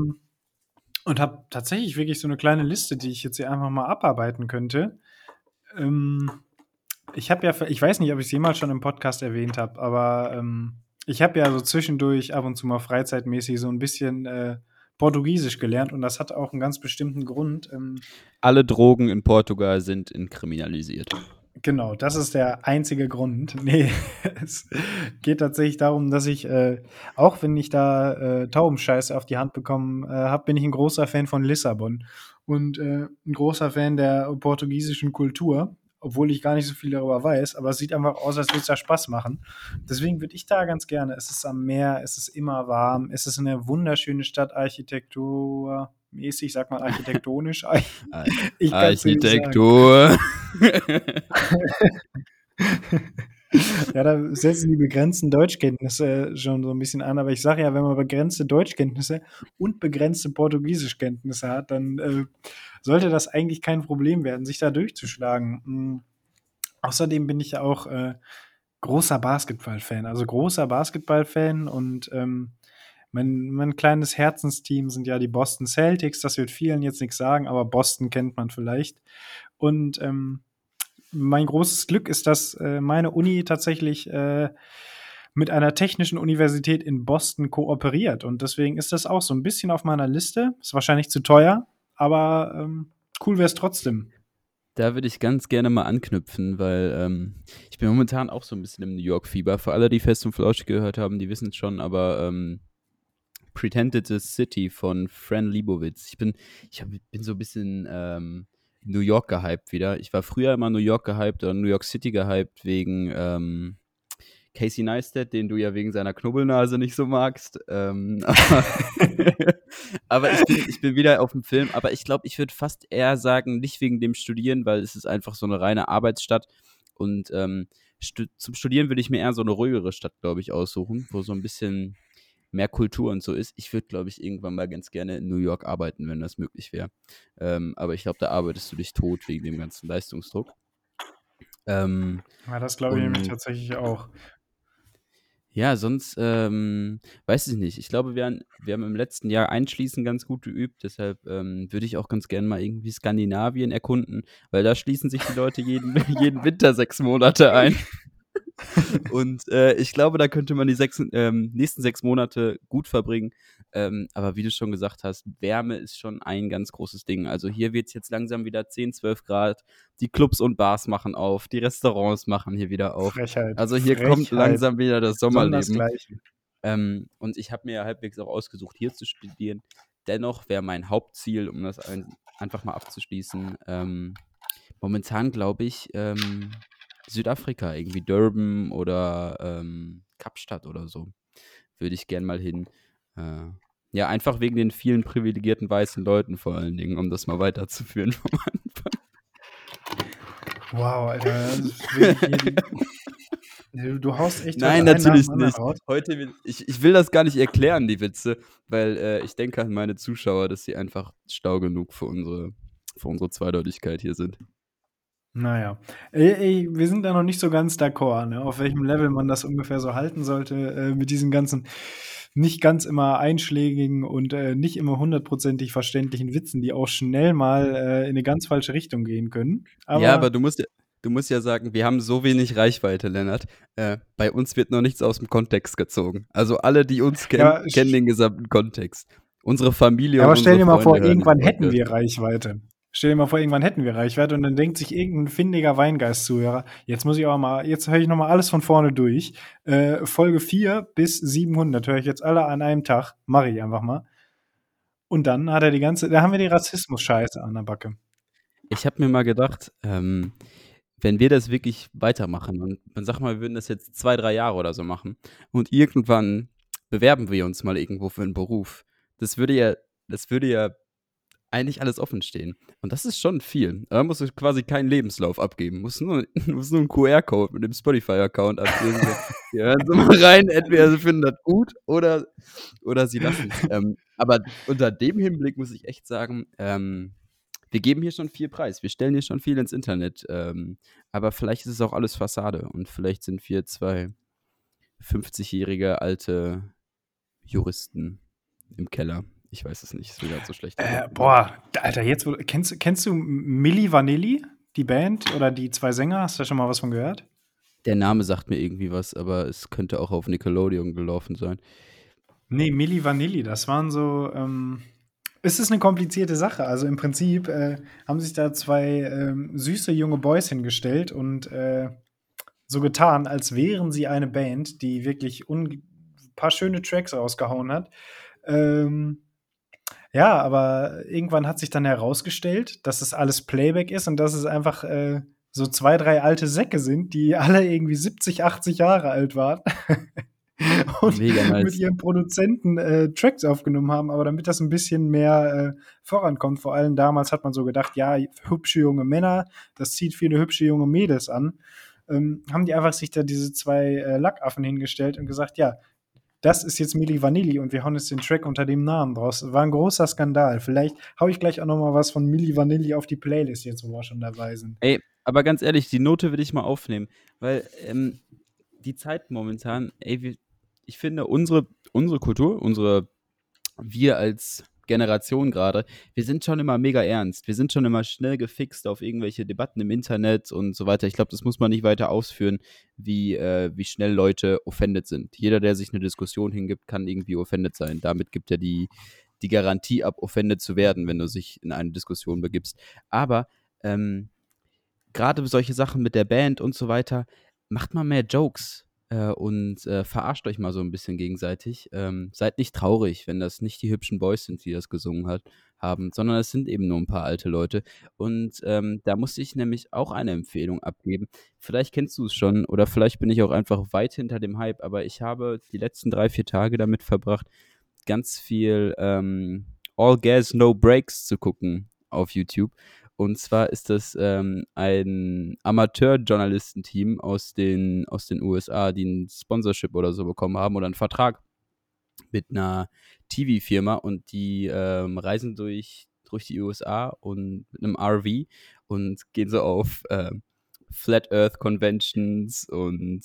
und habe tatsächlich wirklich so eine kleine Liste, die ich jetzt hier einfach mal abarbeiten könnte. Ähm, ich weiß nicht, ob ich's jemals schon im Podcast erwähnt habe, aber, ich habe ja so zwischendurch ab und zu mal freizeitmäßig so ein bisschen, Portugiesisch gelernt und das hat auch einen ganz bestimmten Grund. Alle Drogen in Portugal sind entkriminalisiert. Genau, das ist der einzige Grund. Ne, es geht tatsächlich darum, dass ich, auch wenn ich da, Taubenscheiße auf die Hand bekommen, habe, bin ich ein großer Fan von Lissabon und, 'n großer Fan der portugiesischen Kultur, obwohl ich gar nicht so viel darüber weiß, aber es sieht einfach aus, als würde es da Spaß machen. Deswegen würde ich da ganz gerne, es ist am Meer, es ist immer warm, es ist 'ne wunderschöne Stadt architekturmäßig, sag mal architektonisch. Ich kann's dir nicht sagen. Architektur. Ja, da setzen die begrenzten Deutschkenntnisse schon so ein bisschen an, aber ich sage ja, wenn man begrenzte Deutschkenntnisse und begrenzte Portugiesischkenntnisse hat, dann, sollte das eigentlich kein Problem werden, sich da durchzuschlagen. Außerdem bin ich ja auch, großer Basketballfan, also großer Basketballfan und, mein kleines Herzensteam sind ja die Boston Celtics. Das wird vielen jetzt nix sagen, aber Boston kennt man vielleicht. Und, mein großes Glück ist, dass meine Uni tatsächlich mit einer technischen Universität in Boston kooperiert. Und deswegen ist das auch so ein bisschen auf meiner Liste. Ist wahrscheinlich zu teuer, aber cool wäre es trotzdem. Da würde ich ganz gerne mal anknüpfen, weil ich bin momentan auch so ein bisschen im New York-Fieber. Für alle, die Fest und Flauschig gehört haben, die wissen es schon, aber Pretended City von Fran Lebowitz. Ich bin so ein bisschen New York gehypt wieder. Ich war früher immer New York gehypt oder New York City gehypt wegen Casey Neistat, den du ja wegen seiner Knubbelnase nicht so magst. Aber ich bin wieder auf dem Film. Aber ich glaube, ich würde fast eher sagen, nicht wegen dem Studieren, weil es ist einfach so eine reine Arbeitsstadt. Und zum Studieren würde ich mir eher so eine ruhigere Stadt, glaube ich, aussuchen, wo so ein bisschen mehr Kultur und so ist. Ich würde, glaube ich, irgendwann mal ganz gerne in New York arbeiten, wenn das möglich wäre. Aber ich glaube, da arbeitest du dich tot wegen dem ganzen Leistungsdruck. Ja, das glaube ich nämlich und tatsächlich auch. ja, sonst weiß ich nicht. Ich glaube, wir haben im letzten Jahr Einschließen ganz gut geübt. Deshalb würde ich auch ganz gerne mal irgendwie Skandinavien erkunden, weil da schließen sich die Leute jeden Winter 6 Monate ein. Und ich glaube, da könnte man die nächsten 6 Monate gut verbringen. Aber wie du schon gesagt hast, Wärme ist schon ein ganz großes Ding. Also hier wird es jetzt langsam wieder 10, 12 Grad. Die Clubs und Bars machen auf, die Restaurants machen hier wieder auf. Frechheit. Also hier kommt langsam wieder das Sommerleben. Sondersgleichen. Und ich habe mir ja halbwegs auch ausgesucht, hier zu studieren. Dennoch wäre mein Hauptziel, um das einfach mal abzuschließen, momentan glaube ich, Südafrika, irgendwie Durban oder Kapstadt oder so. Würde ich gern mal hin. Ja, einfach wegen den vielen privilegierten weißen Leuten vor allen Dingen, um das mal weiterzuführen vom Anfang. Wow, Alter. Das ist wirklich du haust echt Nein, heute einen nach natürlich dem anderen nicht. raus. Heute ich will das gar nicht erklären, die Witze, weil ich denke an meine Zuschauer, dass sie einfach schlau genug für unsere Zweideutigkeit hier sind. Naja. Ey, wir sind da noch nicht so ganz d'accord, ne? Auf welchem Level man das ungefähr so halten sollte, mit diesen ganzen nicht ganz immer einschlägigen und nicht immer hundertprozentig verständlichen Witzen, die auch schnell mal in eine ganz falsche Richtung gehen können. Ja, aber Aber du musst ja sagen, wir haben so wenig Reichweite, Lennart. Bei uns wird noch nichts aus dem Kontext gezogen. Also alle, die uns kennen, ja, kennen den gesamten Kontext. Unsere Familie ja, und aber stell unsere dir mal vor, Freunde hören den irgendwann hätten Podcast. wir Reichweite. Stell dir mal vor, irgendwann hätten wir Reichweite und dann denkt sich irgendein findiger Weingeist-Zuhörer, jetzt höre ich nochmal alles von vorne durch. Folge 4 bis 700 höre ich jetzt alle an einem Tag. Mache ich einfach mal. Und dann hat er da haben wir die Rassismus-Scheiße an der Backe. Ich habe mir mal gedacht, wenn wir das wirklich weitermachen und man sagt mal, wir würden das jetzt 2, 3 Jahre oder so machen und irgendwann bewerben wir uns mal irgendwo für einen Beruf. Das würde ja eigentlich alles offen stehen. Und das ist schon viel. Da musst du quasi keinen Lebenslauf abgeben. Musst nur einen QR-Code mit dem Spotify-Account abgeben. Wir hören Sie mal rein, entweder Sie finden das gut oder Sie lassen es. Aber unter dem Hinblick muss ich echt sagen, wir geben hier schon viel Preis. Wir stellen hier schon viel ins Internet. Aber vielleicht ist es auch alles Fassade. Und vielleicht sind wir 2 50-jährige alte Juristen im Keller. Ich weiß es nicht, ist mir gerade so schlecht. Boah, Alter, kennst du Milli Vanilli, die Band oder die 2 Sänger? Hast du da schon mal was von gehört? Der Name sagt mir irgendwie was, aber es könnte auch auf Nickelodeon gelaufen sein. Nee, Milli Vanilli, das waren so, es ist eine komplizierte Sache. Also im Prinzip haben sich da 2 süße junge Boys hingestellt und so getan, als wären sie eine Band, die wirklich ein paar schöne Tracks rausgehauen hat. Ja, aber irgendwann hat sich dann herausgestellt, dass das alles Playback ist und dass es einfach so 2, 3 alte Säcke sind, die alle irgendwie 70, 80 Jahre alt waren und Mega mit nice. ihren Produzenten Tracks aufgenommen haben. Aber damit das ein bisschen mehr vorankommt, vor allem damals hat man so gedacht, ja, hübsche junge Männer, das zieht viele hübsche junge Mädels an, haben die einfach sich da diese 2 Lackaffen hingestellt und gesagt, ja, das ist jetzt Milli Vanilli und wir hauen jetzt den Track unter dem Namen draus. War ein großer Skandal. Vielleicht hau ich gleich auch noch mal was von Milli Vanilli auf die Playlist, jetzt wo wir schon dabei sind. Ey, aber ganz ehrlich, die Note will ich mal aufnehmen, weil die Zeit momentan, ey, ich finde unsere Kultur, wir als Generation gerade, wir sind schon immer mega ernst. Wir sind schon immer schnell gefixt auf irgendwelche Debatten im Internet und so weiter. Ich glaube, das muss man nicht weiter ausführen, wie schnell Leute offended sind. Jeder, der sich eine Diskussion hingibt, kann irgendwie offended sein. Damit gibt er die Garantie ab, offended zu werden, wenn du dich in eine Diskussion begibst. Aber gerade solche Sachen mit der Band und so weiter, macht mal mehr Jokes und verarscht euch mal so ein bisschen gegenseitig. Seid nicht traurig, wenn das nicht die hübschen Boys sind, die das gesungen haben, sondern es sind eben nur ein paar alte Leute. Und da musste ich nämlich auch eine Empfehlung abgeben. Vielleicht kennst du es schon oder vielleicht bin ich auch einfach weit hinter dem Hype, aber ich habe die letzten 3-4 Tage damit verbracht, ganz viel All Gas, No Breaks zu gucken auf YouTube. Und zwar ist das ein Amateur-Journalistenteam aus den USA, die ein Sponsorship oder so bekommen haben oder einen Vertrag mit einer TV-Firma und die reisen durch die USA und mit einem RV und gehen so auf Flat Earth Conventions und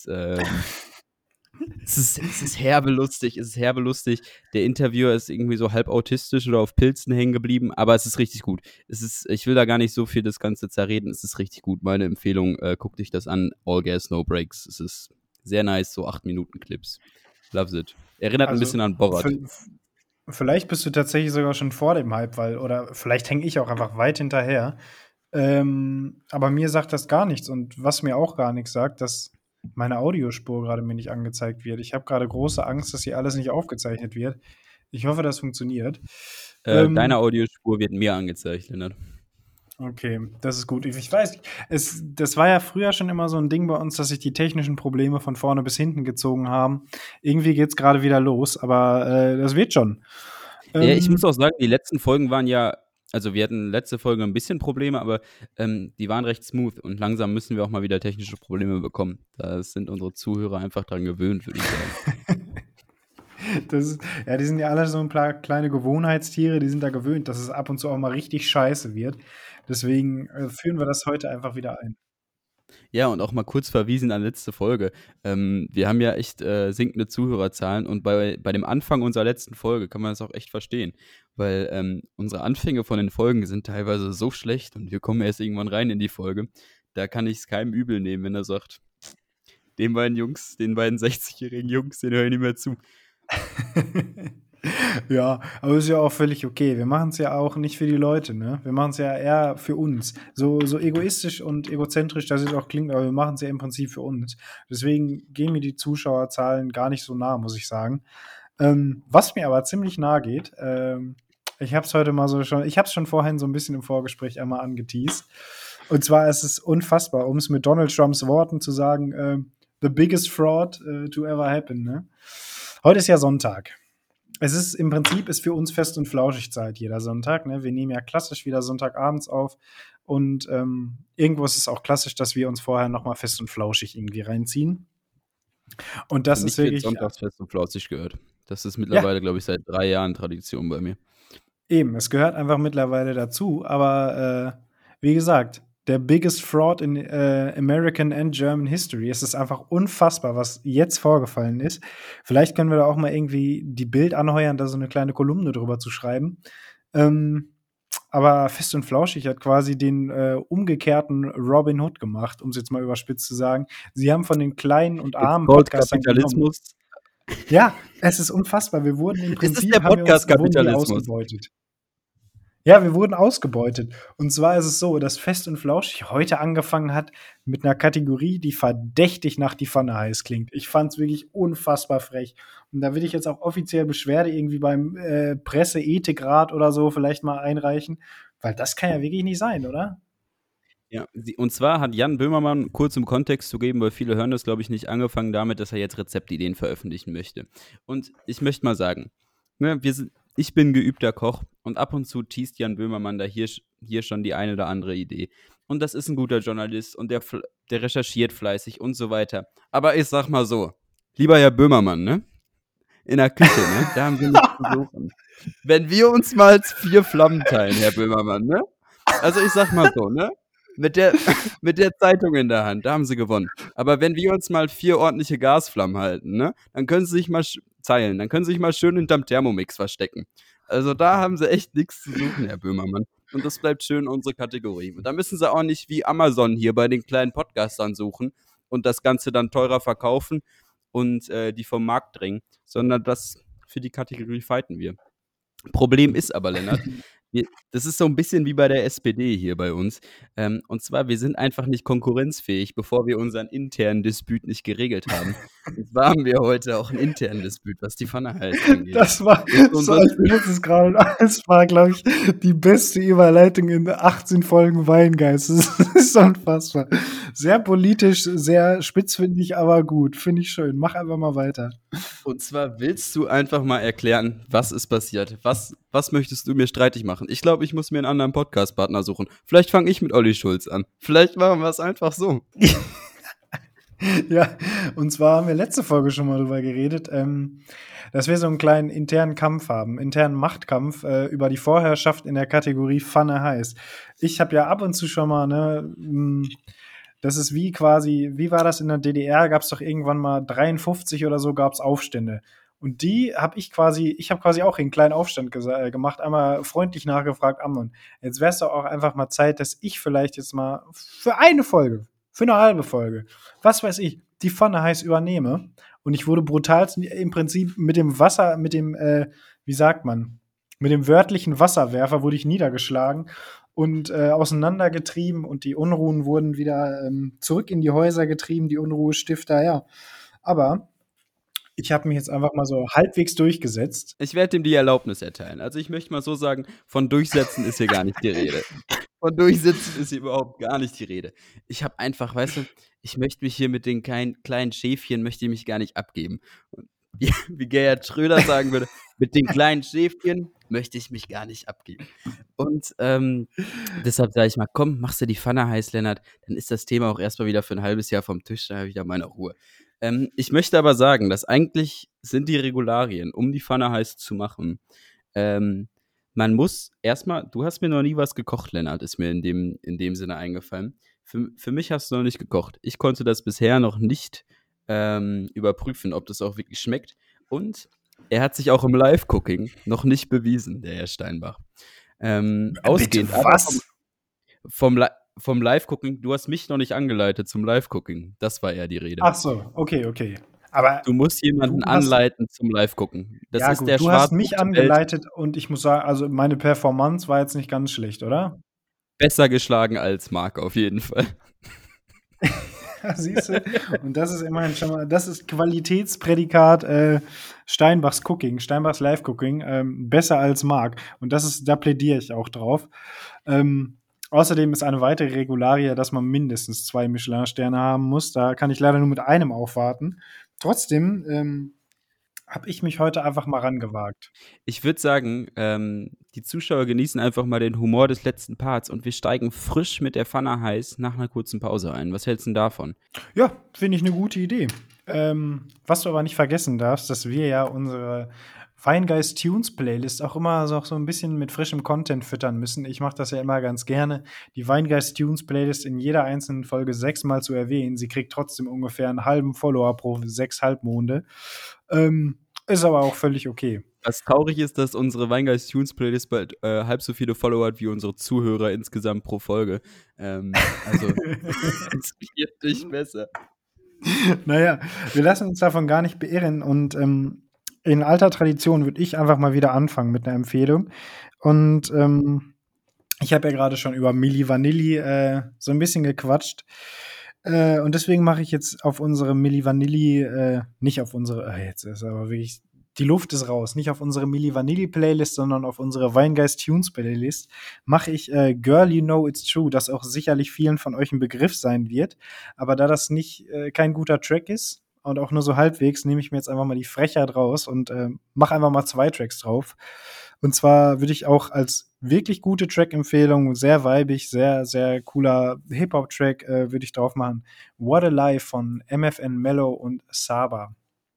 es ist herbe lustig, Der Interviewer ist irgendwie so halb autistisch oder auf Pilzen hängen geblieben, aber es ist richtig gut. Ich will da gar nicht so viel das Ganze zerreden, es ist richtig gut. Meine Empfehlung, guck dich das an, All Gas, No Breaks. Es ist sehr nice, so 8-Minuten-Clips. Loves it. Erinnert ein bisschen an Borat. Vielleicht bist du tatsächlich sogar schon vor dem Hype, oder vielleicht hänge ich auch einfach weit hinterher. Aber mir sagt das gar nichts. Und was mir auch gar nichts sagt, dass meine Audiospur gerade mir nicht angezeigt wird. Ich habe gerade große Angst, dass hier alles nicht aufgezeichnet wird. Ich hoffe, das funktioniert. Deine Audiospur wird mir angezeigt, Lennart. Okay, das ist gut. Ich weiß, das war ja früher schon immer so ein Ding bei uns, dass sich die technischen Probleme von vorne bis hinten gezogen haben. Irgendwie geht's gerade wieder los, aber das wird schon. Ja, ich muss auch sagen, die letzten Folgen waren ja, also wir hatten letzte Folge ein bisschen Probleme, aber die waren recht smooth und langsam müssen wir auch mal wieder technische Probleme bekommen. Da sind unsere Zuhörer einfach dran gewöhnt, würde ich sagen. Die sind ja alle so ein paar kleine Gewohnheitstiere, die sind da gewöhnt, dass es ab und zu auch mal richtig scheiße wird. Deswegen führen wir das heute einfach wieder ein. Ja, und auch mal kurz verwiesen an letzte Folge. Wir haben ja echt sinkende Zuhörerzahlen und bei dem Anfang unserer letzten Folge kann man das auch echt verstehen, weil unsere Anfänge von den Folgen sind teilweise so schlecht und wir kommen erst irgendwann rein in die Folge. Da kann ich es keinem übel nehmen, wenn er sagt, den beiden 60-jährigen Jungs, den höre ich nicht mehr zu. Ja, aber ist ja auch völlig okay. Wir machen es ja auch nicht für die Leute, ne? Wir machen es ja eher für uns. So egoistisch und egozentrisch, dass es auch klingt, aber wir machen es ja im Prinzip für uns. Deswegen gehen mir die Zuschauerzahlen gar nicht so nah, muss ich sagen. Was mir aber ziemlich nahe geht, ich habe es schon vorhin so ein bisschen im Vorgespräch einmal angeteased. Und zwar ist es unfassbar, um es mit Donald Trumps Worten zu sagen, the biggest fraud to ever happen, ne? Heute ist ja Sonntag. Es ist im Prinzip für uns Fest- und Flauschig-Zeit jeder Sonntag. Ne? Wir nehmen ja klassisch wieder Sonntagabends auf und irgendwo ist es auch klassisch, dass wir uns vorher nochmal Fest und Flauschig irgendwie reinziehen. Und das ist wirklich Sonntags Fest und Flauschig gehört. Das ist mittlerweile, glaube ich, seit 3 Jahren Tradition bei mir. Eben, es gehört einfach mittlerweile dazu, aber wie gesagt, der biggest fraud in American and German history. Es ist einfach unfassbar, was jetzt vorgefallen ist. Vielleicht können wir da auch mal irgendwie die Bild anheuern, da so eine kleine Kolumne drüber zu schreiben. Aber Fest und Flauschig hat quasi den umgekehrten Robin Hood gemacht, um es jetzt mal überspitzt zu sagen. Sie haben von den kleinen und armen Podcastern Kapitalismus. Ja, es ist unfassbar. Wir wurden im Prinzip ist der Podcast-Kapitalismus. ausgebeutet. Ja, wir wurden ausgebeutet. Und zwar ist es so, dass Fest und Flauschig heute angefangen hat mit einer Kategorie, die verdächtig nach die Pfanne heiß klingt. Ich fand es wirklich unfassbar frech. Und da will ich jetzt auch offiziell Beschwerde irgendwie beim Presseethikrat oder so vielleicht mal einreichen, weil das kann ja wirklich nicht sein, oder? Ja, und zwar hat Jan Böhmermann, kurz im Kontext zu geben, weil viele hören das, glaube ich, nicht, angefangen damit, dass er jetzt Rezeptideen veröffentlichen möchte. Und ich möchte mal sagen, ne, ich bin geübter Koch und ab und zu teast Jan Böhmermann da hier schon die eine oder andere Idee. Und das ist ein guter Journalist und der recherchiert fleißig und so weiter. Aber ich sag mal so, lieber Herr Böhmermann, ne? In der Küche, ne? Da haben wir nichts zu suchen. Wenn wir uns mal 4 Flammen teilen, Herr Böhmermann, ne? Also ich sag mal so, ne? Mit der Zeitung in der Hand, da haben sie gewonnen. Aber wenn wir uns mal 4 ordentliche Gasflammen halten, ne? Dann können sie sich mal zeilen, dann können sie sich mal schön hinterm Thermomix verstecken. Also da haben sie echt nichts zu suchen, Herr Böhmermann. Und das bleibt schön unsere Kategorie. Und da müssen sie auch nicht wie Amazon hier bei den kleinen Podcastern suchen und das Ganze dann teurer verkaufen und die vom Markt drängen, sondern das für die Kategorie fighten wir. Problem ist aber, Lennart, das ist so ein bisschen wie bei der SPD hier bei uns. Und zwar, wir sind einfach nicht konkurrenzfähig, bevor wir unseren internen Disput nicht geregelt haben. Und zwar haben wir heute auch einen internen Disput, was die Pfanne heißt. Angeht. Das war, so, ich muss es gerade, es war, glaube ich, die beste Überleitung in 18 Folgen Weingeist. Das ist unfassbar. Sehr politisch, sehr spitzfindig, aber gut. Finde ich schön. Mach einfach mal weiter. Und zwar willst du einfach mal erklären, was ist passiert? Was möchtest du mir streitig machen? Ich glaube, ich muss mir einen anderen Podcast-Partner suchen. Vielleicht fange ich mit Olli Schulz an. Vielleicht machen wir es einfach so. Ja, und zwar haben wir letzte Folge schon mal drüber geredet, dass wir so einen kleinen internen Kampf haben, internen Machtkampf über die Vorherrschaft in der Kategorie Pfanne heiß. Ich habe ja ab und zu schon mal, das ist wie quasi, wie war das in der DDR? Gab es doch irgendwann mal 53 oder so, gab es Aufstände. Und ich habe quasi auch einen kleinen Aufstand gemacht, einmal freundlich nachgefragt, Amnon, jetzt wäre es doch auch einfach mal Zeit, dass ich vielleicht jetzt mal für eine Folge, für eine halbe Folge, was weiß ich, die Pfanne heiß übernehme. Und ich wurde brutal im Prinzip mit dem Wasser, wie sagt man, mit dem wörtlichen Wasserwerfer wurde ich niedergeschlagen und auseinandergetrieben und die Unruhen wurden wieder zurück in die Häuser getrieben, die Unruhestifter, ja. Aber ich habe mich jetzt einfach mal so halbwegs durchgesetzt. Ich werde ihm die Erlaubnis erteilen. Also ich möchte mal so sagen, von Durchsetzen ist hier gar nicht die Rede. Von Durchsetzen ist hier überhaupt gar nicht die Rede. Ich habe einfach, weißt du, ich möchte mich hier mit den kleinen Schäfchen, möchte ich mich gar nicht abgeben. Und wie Gerhard Schröder sagen würde, mit den kleinen Schäfchen möchte ich mich gar nicht abgeben. Und deshalb sage ich mal, komm, machst du die Pfanne heiß, Lennart, dann ist das Thema auch erstmal wieder für ein halbes Jahr vom Tisch, dann habe ich wieder meine Ruhe. Ich möchte aber sagen, dass eigentlich sind die Regularien, um die Pfanne heiß zu machen, man muss erstmal, du hast mir noch nie was gekocht, Lennart, ist mir in dem Sinne eingefallen. Für mich hast du noch nicht gekocht. Ich konnte das bisher noch nicht überprüfen, ob das auch wirklich schmeckt. Und er hat sich auch im Live-Cooking noch nicht bewiesen, der Herr Steinbach. Ausgehend Bitte, was? Vom Live-Cooking, du hast mich noch nicht angeleitet zum Live-Cooking. Das war eher die Rede. Ach so, okay. Aber du musst jemanden anleiten zum Live-Gucken. Das ist der du hast mich angeleitet und ich muss sagen, also meine Performance war jetzt nicht ganz schlecht, oder? Besser geschlagen als Marc auf jeden Fall. Siehst du? Und das ist immerhin schon mal, das ist Qualitätsprädikat Steinbachs Cooking, Steinbachs Live-Cooking, besser als Marc. Und da plädiere ich auch drauf. Außerdem ist eine weitere Regularie, dass man mindestens 2 Michelin-Sterne haben muss. Da kann ich leider nur mit einem aufwarten. Trotzdem habe ich mich heute einfach mal rangewagt. Ich würde sagen, die Zuschauer genießen einfach mal den Humor des letzten Parts und wir steigen frisch mit der Pfanne heiß nach einer kurzen Pause ein. Was hältst du denn davon? Ja, finde ich eine gute Idee. Was du aber nicht vergessen darfst, dass wir ja unsere Weingeist Tunes Playlist auch immer so ein bisschen mit frischem Content füttern müssen. Ich mache das ja immer ganz gerne, die Weingeist Tunes Playlist in jeder einzelnen Folge 6-mal zu erwähnen. Sie kriegt trotzdem ungefähr einen halben Follower pro 6 Halbmonde. Ist aber auch völlig okay. Was traurig ist, dass unsere Weingeist Tunes Playlist bald halb so viele Follower hat wie unsere Zuhörer insgesamt pro Folge. Also, es geht nicht besser. Naja, wir lassen uns davon gar nicht beirren und in alter Tradition würde ich einfach mal wieder anfangen mit einer Empfehlung. Und ich habe ja gerade schon über Milli Vanilli so ein bisschen gequatscht. Und deswegen mache ich jetzt auf unsere Milli Vanilli, nicht auf unsere, jetzt ist aber wirklich, die Luft ist raus, nicht auf unsere Milli Vanilli Playlist, sondern auf unsere Weingeist Tunes Playlist mache ich Girl, You Know It's True, das auch sicherlich vielen von euch ein Begriff sein wird. Aber da das nicht kein guter Track ist und auch nur so halbwegs, nehme ich mir jetzt einfach mal die Frechheit raus und mache einfach mal 2 Tracks drauf. Und zwar würde ich auch als wirklich gute Track-Empfehlung, sehr weibig, sehr, sehr cooler Hip-Hop-Track, würde ich drauf machen. What a Life von MFN Mellow und Saba.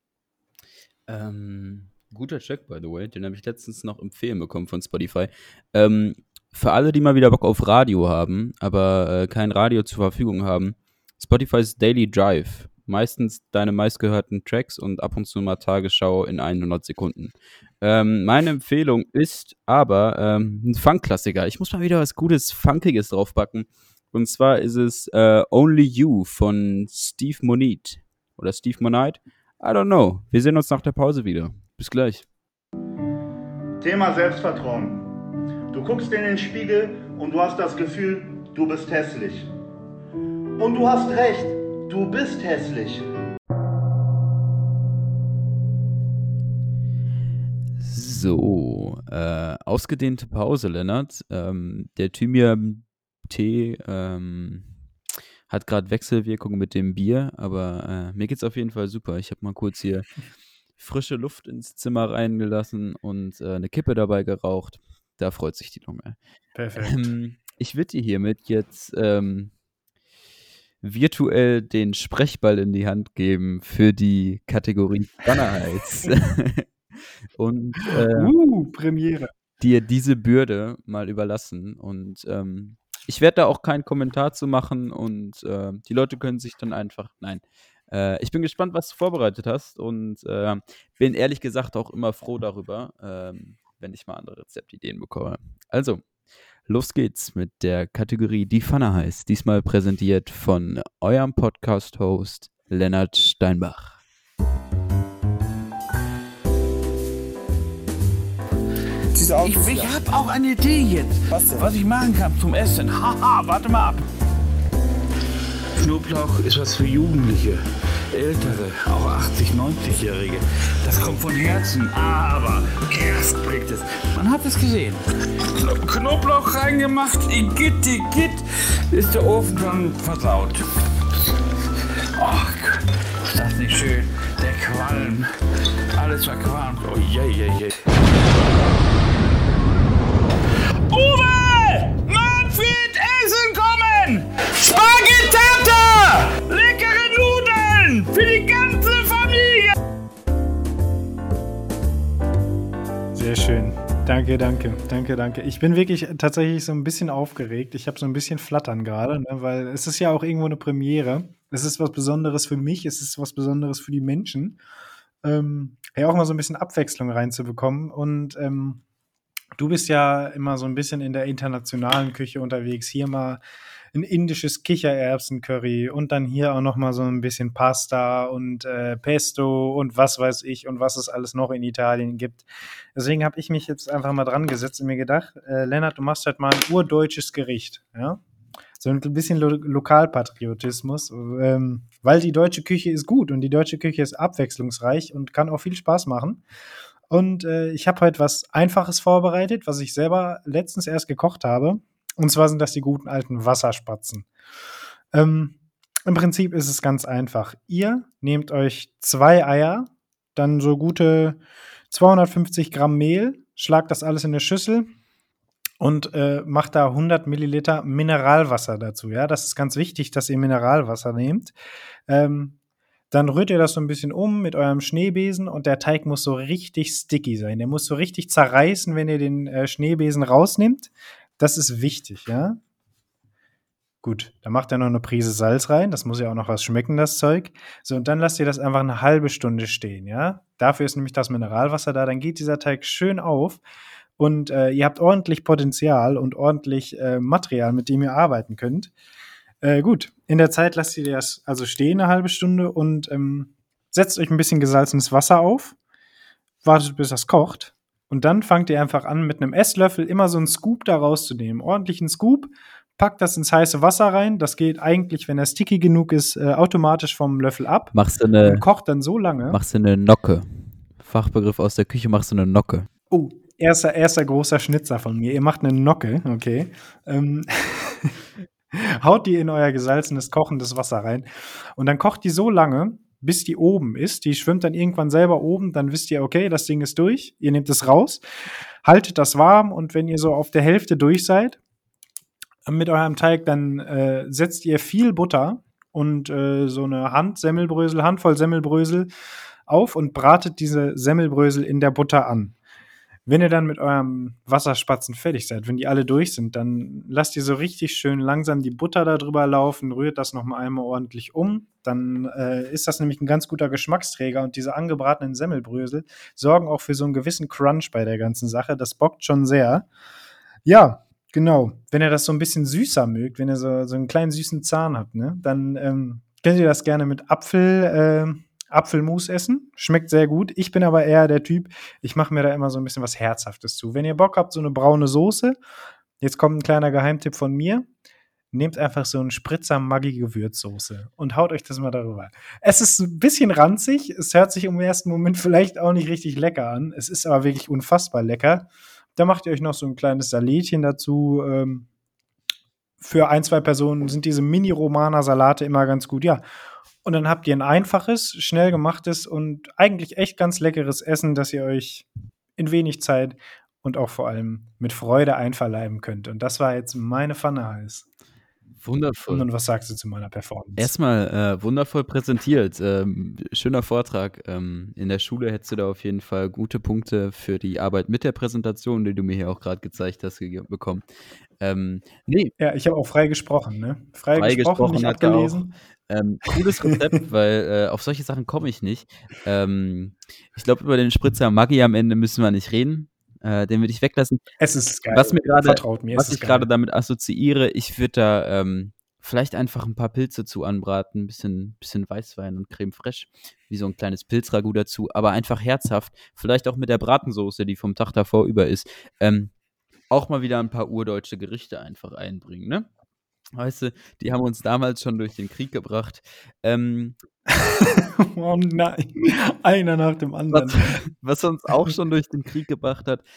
Guter Track, by the way. Den habe ich letztens noch empfehlen bekommen von Spotify. Für alle, die mal wieder Bock auf Radio haben, aber kein Radio zur Verfügung haben, Spotify's Daily Drive meistens deine meistgehörten Tracks und ab und zu mal Tagesschau in 100 Sekunden. Meine Empfehlung ist aber ein Funk-Klassiker. Ich muss mal wieder was Gutes, Funkiges draufpacken. Und zwar ist es Only You von Steve Monite. Oder Steve Monite. I don't know. Wir sehen uns nach der Pause wieder. Bis gleich. Thema Selbstvertrauen. Du guckst in den Spiegel und du hast das Gefühl, du bist hässlich. Und du hast recht, du bist hässlich. So, ausgedehnte Pause, Lennart. Der Thymian-Tee hat gerade Wechselwirkung mit dem Bier, aber mir geht's auf jeden Fall super. Ich habe mal kurz hier frische Luft ins Zimmer reingelassen und eine Kippe dabei geraucht. Da freut sich die Lunge. Perfekt. Ich würde dir hiermit jetzt virtuell den Sprechball in die Hand geben für die Kategorie Bannerheiz. Und Premiere. dir diese Bürde mal überlassen. Und ich werde da auch keinen Kommentar zu machen und die Leute können sich dann einfach, nein. Ich bin gespannt, was du vorbereitet hast und bin ehrlich gesagt auch immer froh darüber, wenn ich mal andere Rezeptideen bekomme. Also, los geht's mit der Kategorie Die Pfanne heißt. Diesmal präsentiert von eurem Podcast-Host Lennart Steinbach. Ich habe auch eine Idee jetzt, was ich machen kann zum Essen. Haha, warte mal ab. Knoblauch ist was für Jugendliche, Ältere, auch 80-, 90-Jährige. Das kommt von Herzen, aber erst bringt es. Man hat es gesehen. Knoblauch reingemacht, igitt, ist der Ofen schon versaut. Ach, ist das nicht schön? Der Qualm, alles verqualmt. Oh je. Uwe! Manfred, Essen kommen! Spaghettata! Leckere Nudeln! Für die ganze Familie! Sehr schön. Danke. Ich bin wirklich tatsächlich so ein bisschen aufgeregt. Ich habe so ein bisschen Flattern gerade, ne, weil es ist ja auch irgendwo eine Premiere. Es ist was Besonderes für mich, es ist was Besonderes für die Menschen. Ja, auch mal so ein bisschen Abwechslung reinzubekommen. Und du bist ja immer so ein bisschen in der internationalen Küche unterwegs. Hier mal ein indisches Kichererbsen-Curry und dann hier auch noch mal so ein bisschen Pasta und Pesto und was weiß ich und was es alles noch in Italien gibt. Deswegen habe ich mich jetzt einfach mal dran gesetzt und mir gedacht, Lennart, du machst halt mal ein urdeutsches Gericht, ja? So ein bisschen Lokalpatriotismus, weil die deutsche Küche ist gut und die deutsche Küche ist abwechslungsreich und kann auch viel Spaß machen. Und ich habe heute was Einfaches vorbereitet, was ich selber letztens erst gekocht habe. Und zwar sind das die guten alten Wasserspatzen. Im Prinzip ist es ganz einfach. Ihr nehmt euch 2 Eier, dann so gute 250 Gramm Mehl, schlagt das alles in eine Schüssel und macht da 100 Milliliter Mineralwasser dazu. Ja, das ist ganz wichtig, dass ihr Mineralwasser nehmt. Dann rührt ihr das so ein bisschen um mit eurem Schneebesen und der Teig muss so richtig sticky sein. Der muss so richtig zerreißen, wenn ihr den Schneebesen rausnimmt. Das ist wichtig, ja. Gut, dann macht ihr noch eine Prise Salz rein. Das muss ja auch noch was schmecken, das Zeug. So, und dann lasst ihr das einfach eine halbe Stunde stehen, ja. Dafür ist nämlich das Mineralwasser da. Dann geht dieser Teig schön auf und ihr habt ordentlich Potenzial und ordentlich Material, mit dem ihr arbeiten könnt. Gut, in der Zeit lasst ihr das also stehen eine halbe Stunde und setzt euch ein bisschen gesalzenes Wasser auf, wartet, bis das kocht und dann fangt ihr einfach an, mit einem Esslöffel immer so einen Scoop da rauszunehmen. Ordentlichen Scoop, packt das ins heiße Wasser rein. Das geht eigentlich, wenn er sticky genug ist, automatisch vom Löffel ab. Und kocht dann so lange. Machst du eine Nocke. Fachbegriff aus der Küche, machst du eine Nocke. Oh, erster großer Schnitzer von mir. Ihr macht eine Nocke, okay. Haut die in euer gesalzenes, kochendes Wasser rein. Und dann kocht die so lange, bis die oben ist. Die schwimmt dann irgendwann selber oben. Dann wisst ihr, okay, das Ding ist durch. Ihr nehmt es raus, haltet das warm. Und wenn ihr so auf der Hälfte durch seid mit eurem Teig, dann setzt ihr viel Butter und so eine Handvoll Semmelbrösel auf und bratet diese Semmelbrösel in der Butter an. Wenn ihr dann mit eurem Wasserspatzen fertig seid, wenn die alle durch sind, dann lasst ihr so richtig schön langsam die Butter da drüber laufen, rührt das noch mal einmal ordentlich um. Dann ist das nämlich ein ganz guter Geschmacksträger und diese angebratenen Semmelbrösel sorgen auch für so einen gewissen Crunch bei der ganzen Sache. Das bockt schon sehr. Ja, genau. Wenn ihr das so ein bisschen süßer mögt, wenn ihr so einen kleinen süßen Zahn habt, ne, dann könnt ihr das gerne mit Apfelmus essen. Schmeckt sehr gut. Ich bin aber eher der Typ, ich mache mir da immer so ein bisschen was Herzhaftes zu. Wenn ihr Bock habt, so eine braune Soße, jetzt kommt ein kleiner Geheimtipp von mir. Nehmt einfach so einen Spritzer Maggi-Gewürzsoße und haut euch das mal darüber. Es ist ein bisschen ranzig, es hört sich im ersten Moment vielleicht auch nicht richtig lecker an. Es ist aber wirklich unfassbar lecker. Da macht ihr euch noch so ein kleines Salätchen dazu. Für 1, 2 Personen sind diese Mini-Romana-Salate immer ganz gut, ja. Und dann habt ihr ein einfaches, schnell gemachtes und eigentlich echt ganz leckeres Essen, das ihr euch in wenig Zeit und auch vor allem mit Freude einverleiben könnt. Und das war jetzt meine Pfanne heiß. Wundervoll. Und was sagst du zu meiner Performance? Erstmal wundervoll präsentiert. Schöner Vortrag. In der Schule hättest du da auf jeden Fall gute Punkte für die Arbeit mit der Präsentation, die du mir hier auch gerade gezeigt hast, bekommen. Nee, Ja, ich habe auch frei gesprochen, ne? Frei gesprochen, nicht hat er auch. abgelesen. Cooles Rezept, weil auf solche Sachen komme ich nicht. Ich glaube, über den Spritzer Maggi am Ende müssen wir nicht reden. Den würde ich weglassen. Es ist geil. Vertraut mir, was ich gerade damit assoziiere, ich würde da vielleicht einfach ein paar Pilze zu anbraten, ein bisschen Weißwein und Creme fraiche, wie so ein kleines Pilzragout dazu, aber einfach herzhaft, vielleicht auch mit der Bratensoße, die vom Tag davor über ist, auch mal wieder ein paar urdeutsche Gerichte einfach einbringen, ne? Weißt du, die haben uns damals schon durch den Krieg gebracht. Oh nein, einer nach dem anderen. Was uns auch schon durch den Krieg gebracht hat,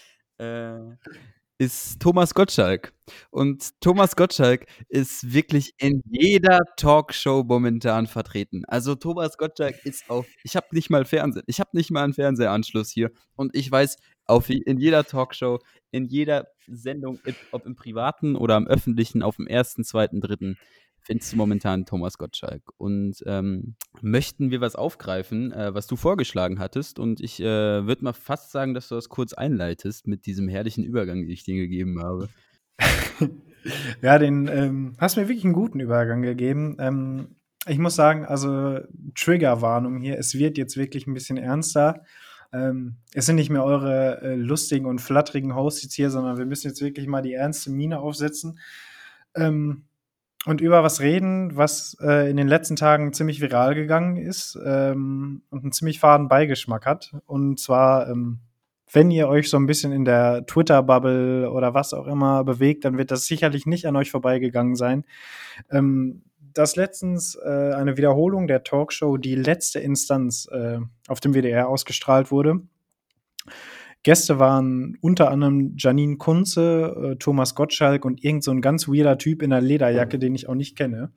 ist Thomas Gottschalk. Und Thomas Gottschalk ist wirklich in jeder Talkshow momentan vertreten. Also Thomas Gottschalk ist ich habe nicht mal Fernsehen. Ich habe nicht mal einen Fernsehanschluss hier. Und ich weiß, in jeder Talkshow, in jeder Sendung, ob im Privaten oder im Öffentlichen, auf dem 1., 2., 3. findest du momentan Thomas Gottschalk. Und möchten wir was aufgreifen, was du vorgeschlagen hattest. Und ich würde mal fast sagen, dass du das kurz einleitest mit diesem herrlichen Übergang, den ich dir gegeben habe. Ja, hast mir wirklich einen guten Übergang gegeben. Ich muss sagen, also Triggerwarnung hier, es wird jetzt wirklich ein bisschen ernster. Es sind nicht mehr eure lustigen und flatterigen Hosts jetzt hier, sondern wir müssen jetzt wirklich mal die ernste Miene aufsetzen. Und über was reden, was in den letzten Tagen ziemlich viral gegangen ist und einen ziemlich faden Beigeschmack hat. Und zwar, wenn ihr euch so ein bisschen in der Twitter-Bubble oder was auch immer bewegt, dann wird das sicherlich nicht an euch vorbeigegangen sein. Dass letztens eine Wiederholung der Talkshow Die letzte Instanz auf dem WDR ausgestrahlt wurde. Gäste waren unter anderem Janine Kunze, Thomas Gottschalk und irgend so ein ganz weirder Typ in einer Lederjacke, den ich auch nicht kenne.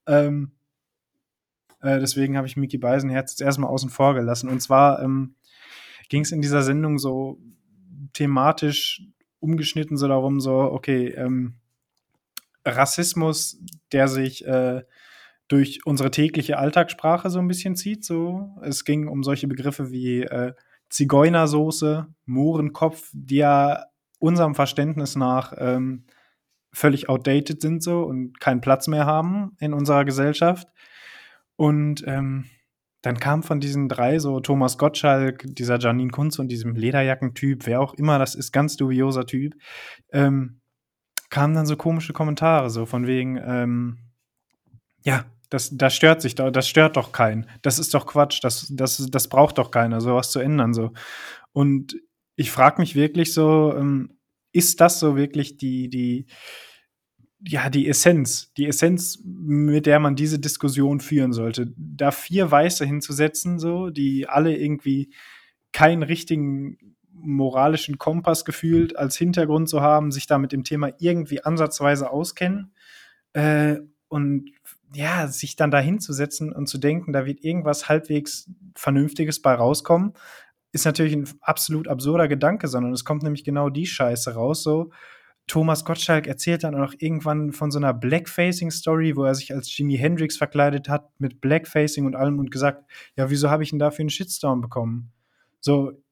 Deswegen habe ich Micky Beisenherz jetzt erstmal außen vor gelassen. Und zwar ging es in dieser Sendung so thematisch umgeschnitten so darum, so, okay, Rassismus, der sich durch unsere tägliche Alltagssprache so ein bisschen zieht. So. Es ging um solche Begriffe wie Zigeunersoße, Mohrenkopf, die ja unserem Verständnis nach völlig outdated sind so und keinen Platz mehr haben in unserer Gesellschaft. Und dann kam von diesen 3 so Thomas Gottschalk, dieser Janine Kunze und diesem Lederjackentyp, wer auch immer das ist, ganz dubioser Typ, kamen dann so komische Kommentare, so von wegen, ja, das stört doch keinen. Das ist doch Quatsch, das braucht doch keiner, sowas zu ändern. So. Und ich frage mich wirklich so, ist das so wirklich die Essenz, mit der man diese Diskussion führen sollte? Da 4 Weiße hinzusetzen, so, die alle irgendwie keinen richtigen moralischen Kompass gefühlt als Hintergrund zu haben, sich da mit dem Thema irgendwie ansatzweise auskennen, und ja, sich dann da hinzusetzen und zu denken, da wird irgendwas halbwegs Vernünftiges bei rauskommen, ist natürlich ein absolut absurder Gedanke, sondern es kommt nämlich genau die Scheiße raus, so. Thomas Gottschalk erzählt dann auch irgendwann von so einer Blackfacing-Story, wo er sich als Jimi Hendrix verkleidet hat, mit Blackfacing und allem und gesagt, ja, wieso habe ich denn dafür einen Shitstorm bekommen? So,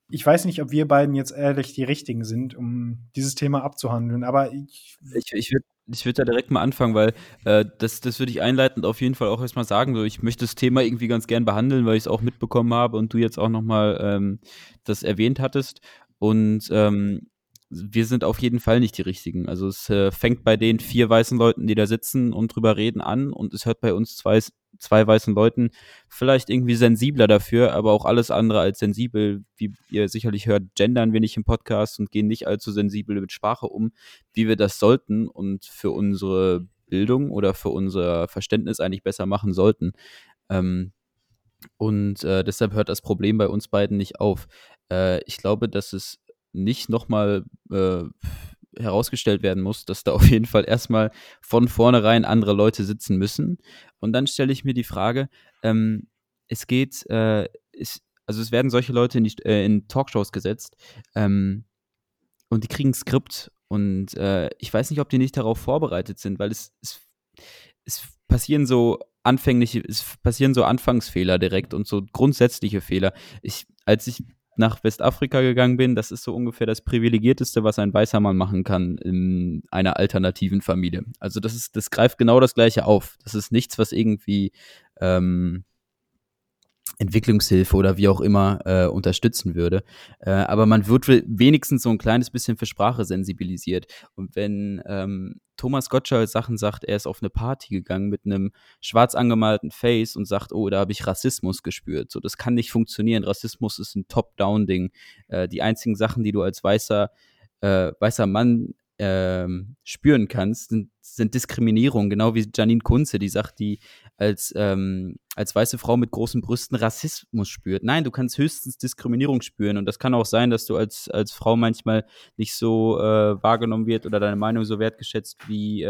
ich weiß nicht, ob wir beiden jetzt ehrlich die Richtigen sind, um dieses Thema abzuhandeln, aber Ich würd da direkt mal anfangen, weil das würde ich einleitend auf jeden Fall auch erstmal sagen. So, ich möchte das Thema irgendwie ganz gern behandeln, weil ich es auch mitbekommen habe und du jetzt auch nochmal das erwähnt hattest. Und wir sind auf jeden Fall nicht die Richtigen. Also es fängt bei den 4 weißen Leuten, die da sitzen und drüber reden, an, und es hört bei uns zwei weißen Leuten vielleicht irgendwie sensibler dafür, aber auch alles andere als sensibel. Wie ihr sicherlich hört, gendern wir nicht im Podcast und gehen nicht allzu sensibel mit Sprache um, wie wir das sollten und für unsere Bildung oder für unser Verständnis eigentlich besser machen sollten. Und deshalb hört das Problem bei uns beiden nicht auf. Ich glaube, dass es nicht nochmal herausgestellt werden muss, dass da auf jeden Fall erstmal von vornherein andere Leute sitzen müssen. Und dann stelle ich mir die Frage, es geht, also es werden solche Leute in Talkshows gesetzt, und die kriegen ein Skript, und ich weiß nicht, ob die nicht darauf vorbereitet sind, weil es passieren so Anfangsfehler direkt und so grundsätzliche Fehler. Als ich nach Westafrika gegangen bin, das ist so ungefähr das Privilegierteste, was ein weißer Mann machen kann in einer alternativen Familie. Also das greift genau das Gleiche auf. Das ist nichts, was irgendwie Entwicklungshilfe oder wie auch immer unterstützen würde. Aber man wird wenigstens so ein kleines bisschen für Sprache sensibilisiert. Und wenn Thomas Gottschalk Sachen sagt, er ist auf eine Party gegangen mit einem schwarz angemalten Face und sagt, oh, da habe ich Rassismus gespürt. So, das kann nicht funktionieren. Rassismus ist ein Top-Down-Ding. Die einzigen Sachen, die du als weißer Mann spüren kannst, sind Diskriminierung, genau wie Janine Kunze, die sagt, die als weiße Frau mit großen Brüsten Rassismus spürt. Nein, du kannst höchstens Diskriminierung spüren, und das kann auch sein, dass du als Frau manchmal nicht so wahrgenommen wird oder deine Meinung so wertgeschätzt,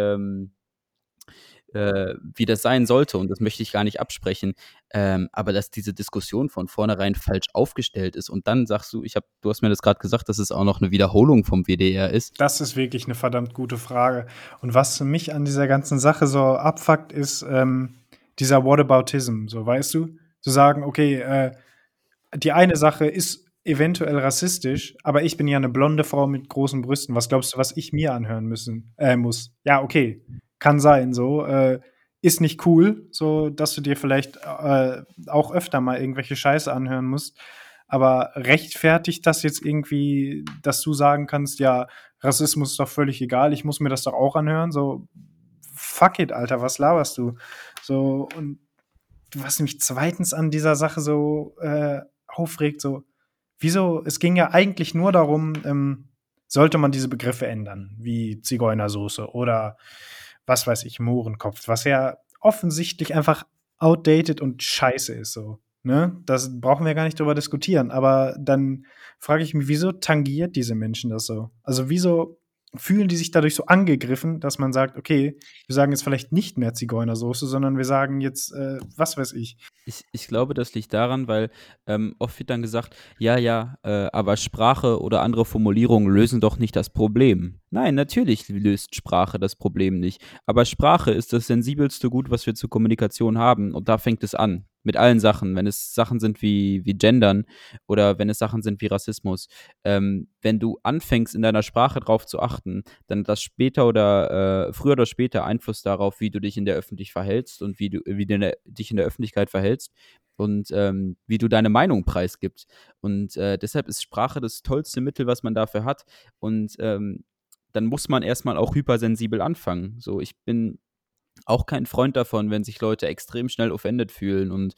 wie das sein sollte, und das möchte ich gar nicht absprechen, aber dass diese Diskussion von vornherein falsch aufgestellt ist und dann sagst du, du hast mir das gerade gesagt, dass es auch noch eine Wiederholung vom WDR ist. Das ist wirklich eine verdammt gute Frage. Und was mich an dieser ganzen Sache so abfuckt, ist dieser Whataboutism, so, weißt du? Zu sagen, okay, die eine Sache ist eventuell rassistisch, aber ich bin ja eine blonde Frau mit großen Brüsten. Was glaubst du, was ich mir anhören muss? Ja, okay, kann sein, so. Ist nicht cool, so, dass du dir vielleicht auch öfter mal irgendwelche Scheiße anhören musst. Aber rechtfertigt das jetzt irgendwie, dass du sagen kannst, ja, Rassismus ist doch völlig egal, ich muss mir das doch auch anhören? So, fuck it, Alter, was laberst du? So, und was mich zweitens an dieser Sache so aufregt, so, wieso, es ging ja eigentlich nur darum, sollte man diese Begriffe ändern, wie Zigeunersoße oder was weiß ich, Mohrenkopf, was ja offensichtlich einfach outdated und scheiße ist, so. Ne? Das brauchen wir gar nicht drüber diskutieren. Aber dann frage ich mich, wieso tangiert diese Menschen das so? Also wieso fühlen die sich dadurch so angegriffen, dass man sagt, okay, wir sagen jetzt vielleicht nicht mehr Zigeunersoße, sondern wir sagen jetzt, was weiß ich. Ich glaube, das liegt daran, weil oft wird dann gesagt, ja, aber Sprache oder andere Formulierungen lösen doch nicht das Problem. Nein, natürlich löst Sprache das Problem nicht. Aber Sprache ist das sensibelste Gut, was wir zur Kommunikation haben. Und da fängt es an. Mit allen Sachen. Wenn es Sachen sind wie Gendern oder wenn es Sachen sind wie Rassismus. Wenn du anfängst, in deiner Sprache drauf zu achten, dann hat das später oder früher oder später Einfluss darauf, wie du dich in der Öffentlichkeit verhältst und wie du dich in der Öffentlichkeit verhältst und wie du deine Meinung preisgibst. Und deshalb ist Sprache das tollste Mittel, was man dafür hat. Und dann muss man erstmal auch hypersensibel anfangen. So, ich bin auch kein Freund davon, wenn sich Leute extrem schnell offended fühlen, und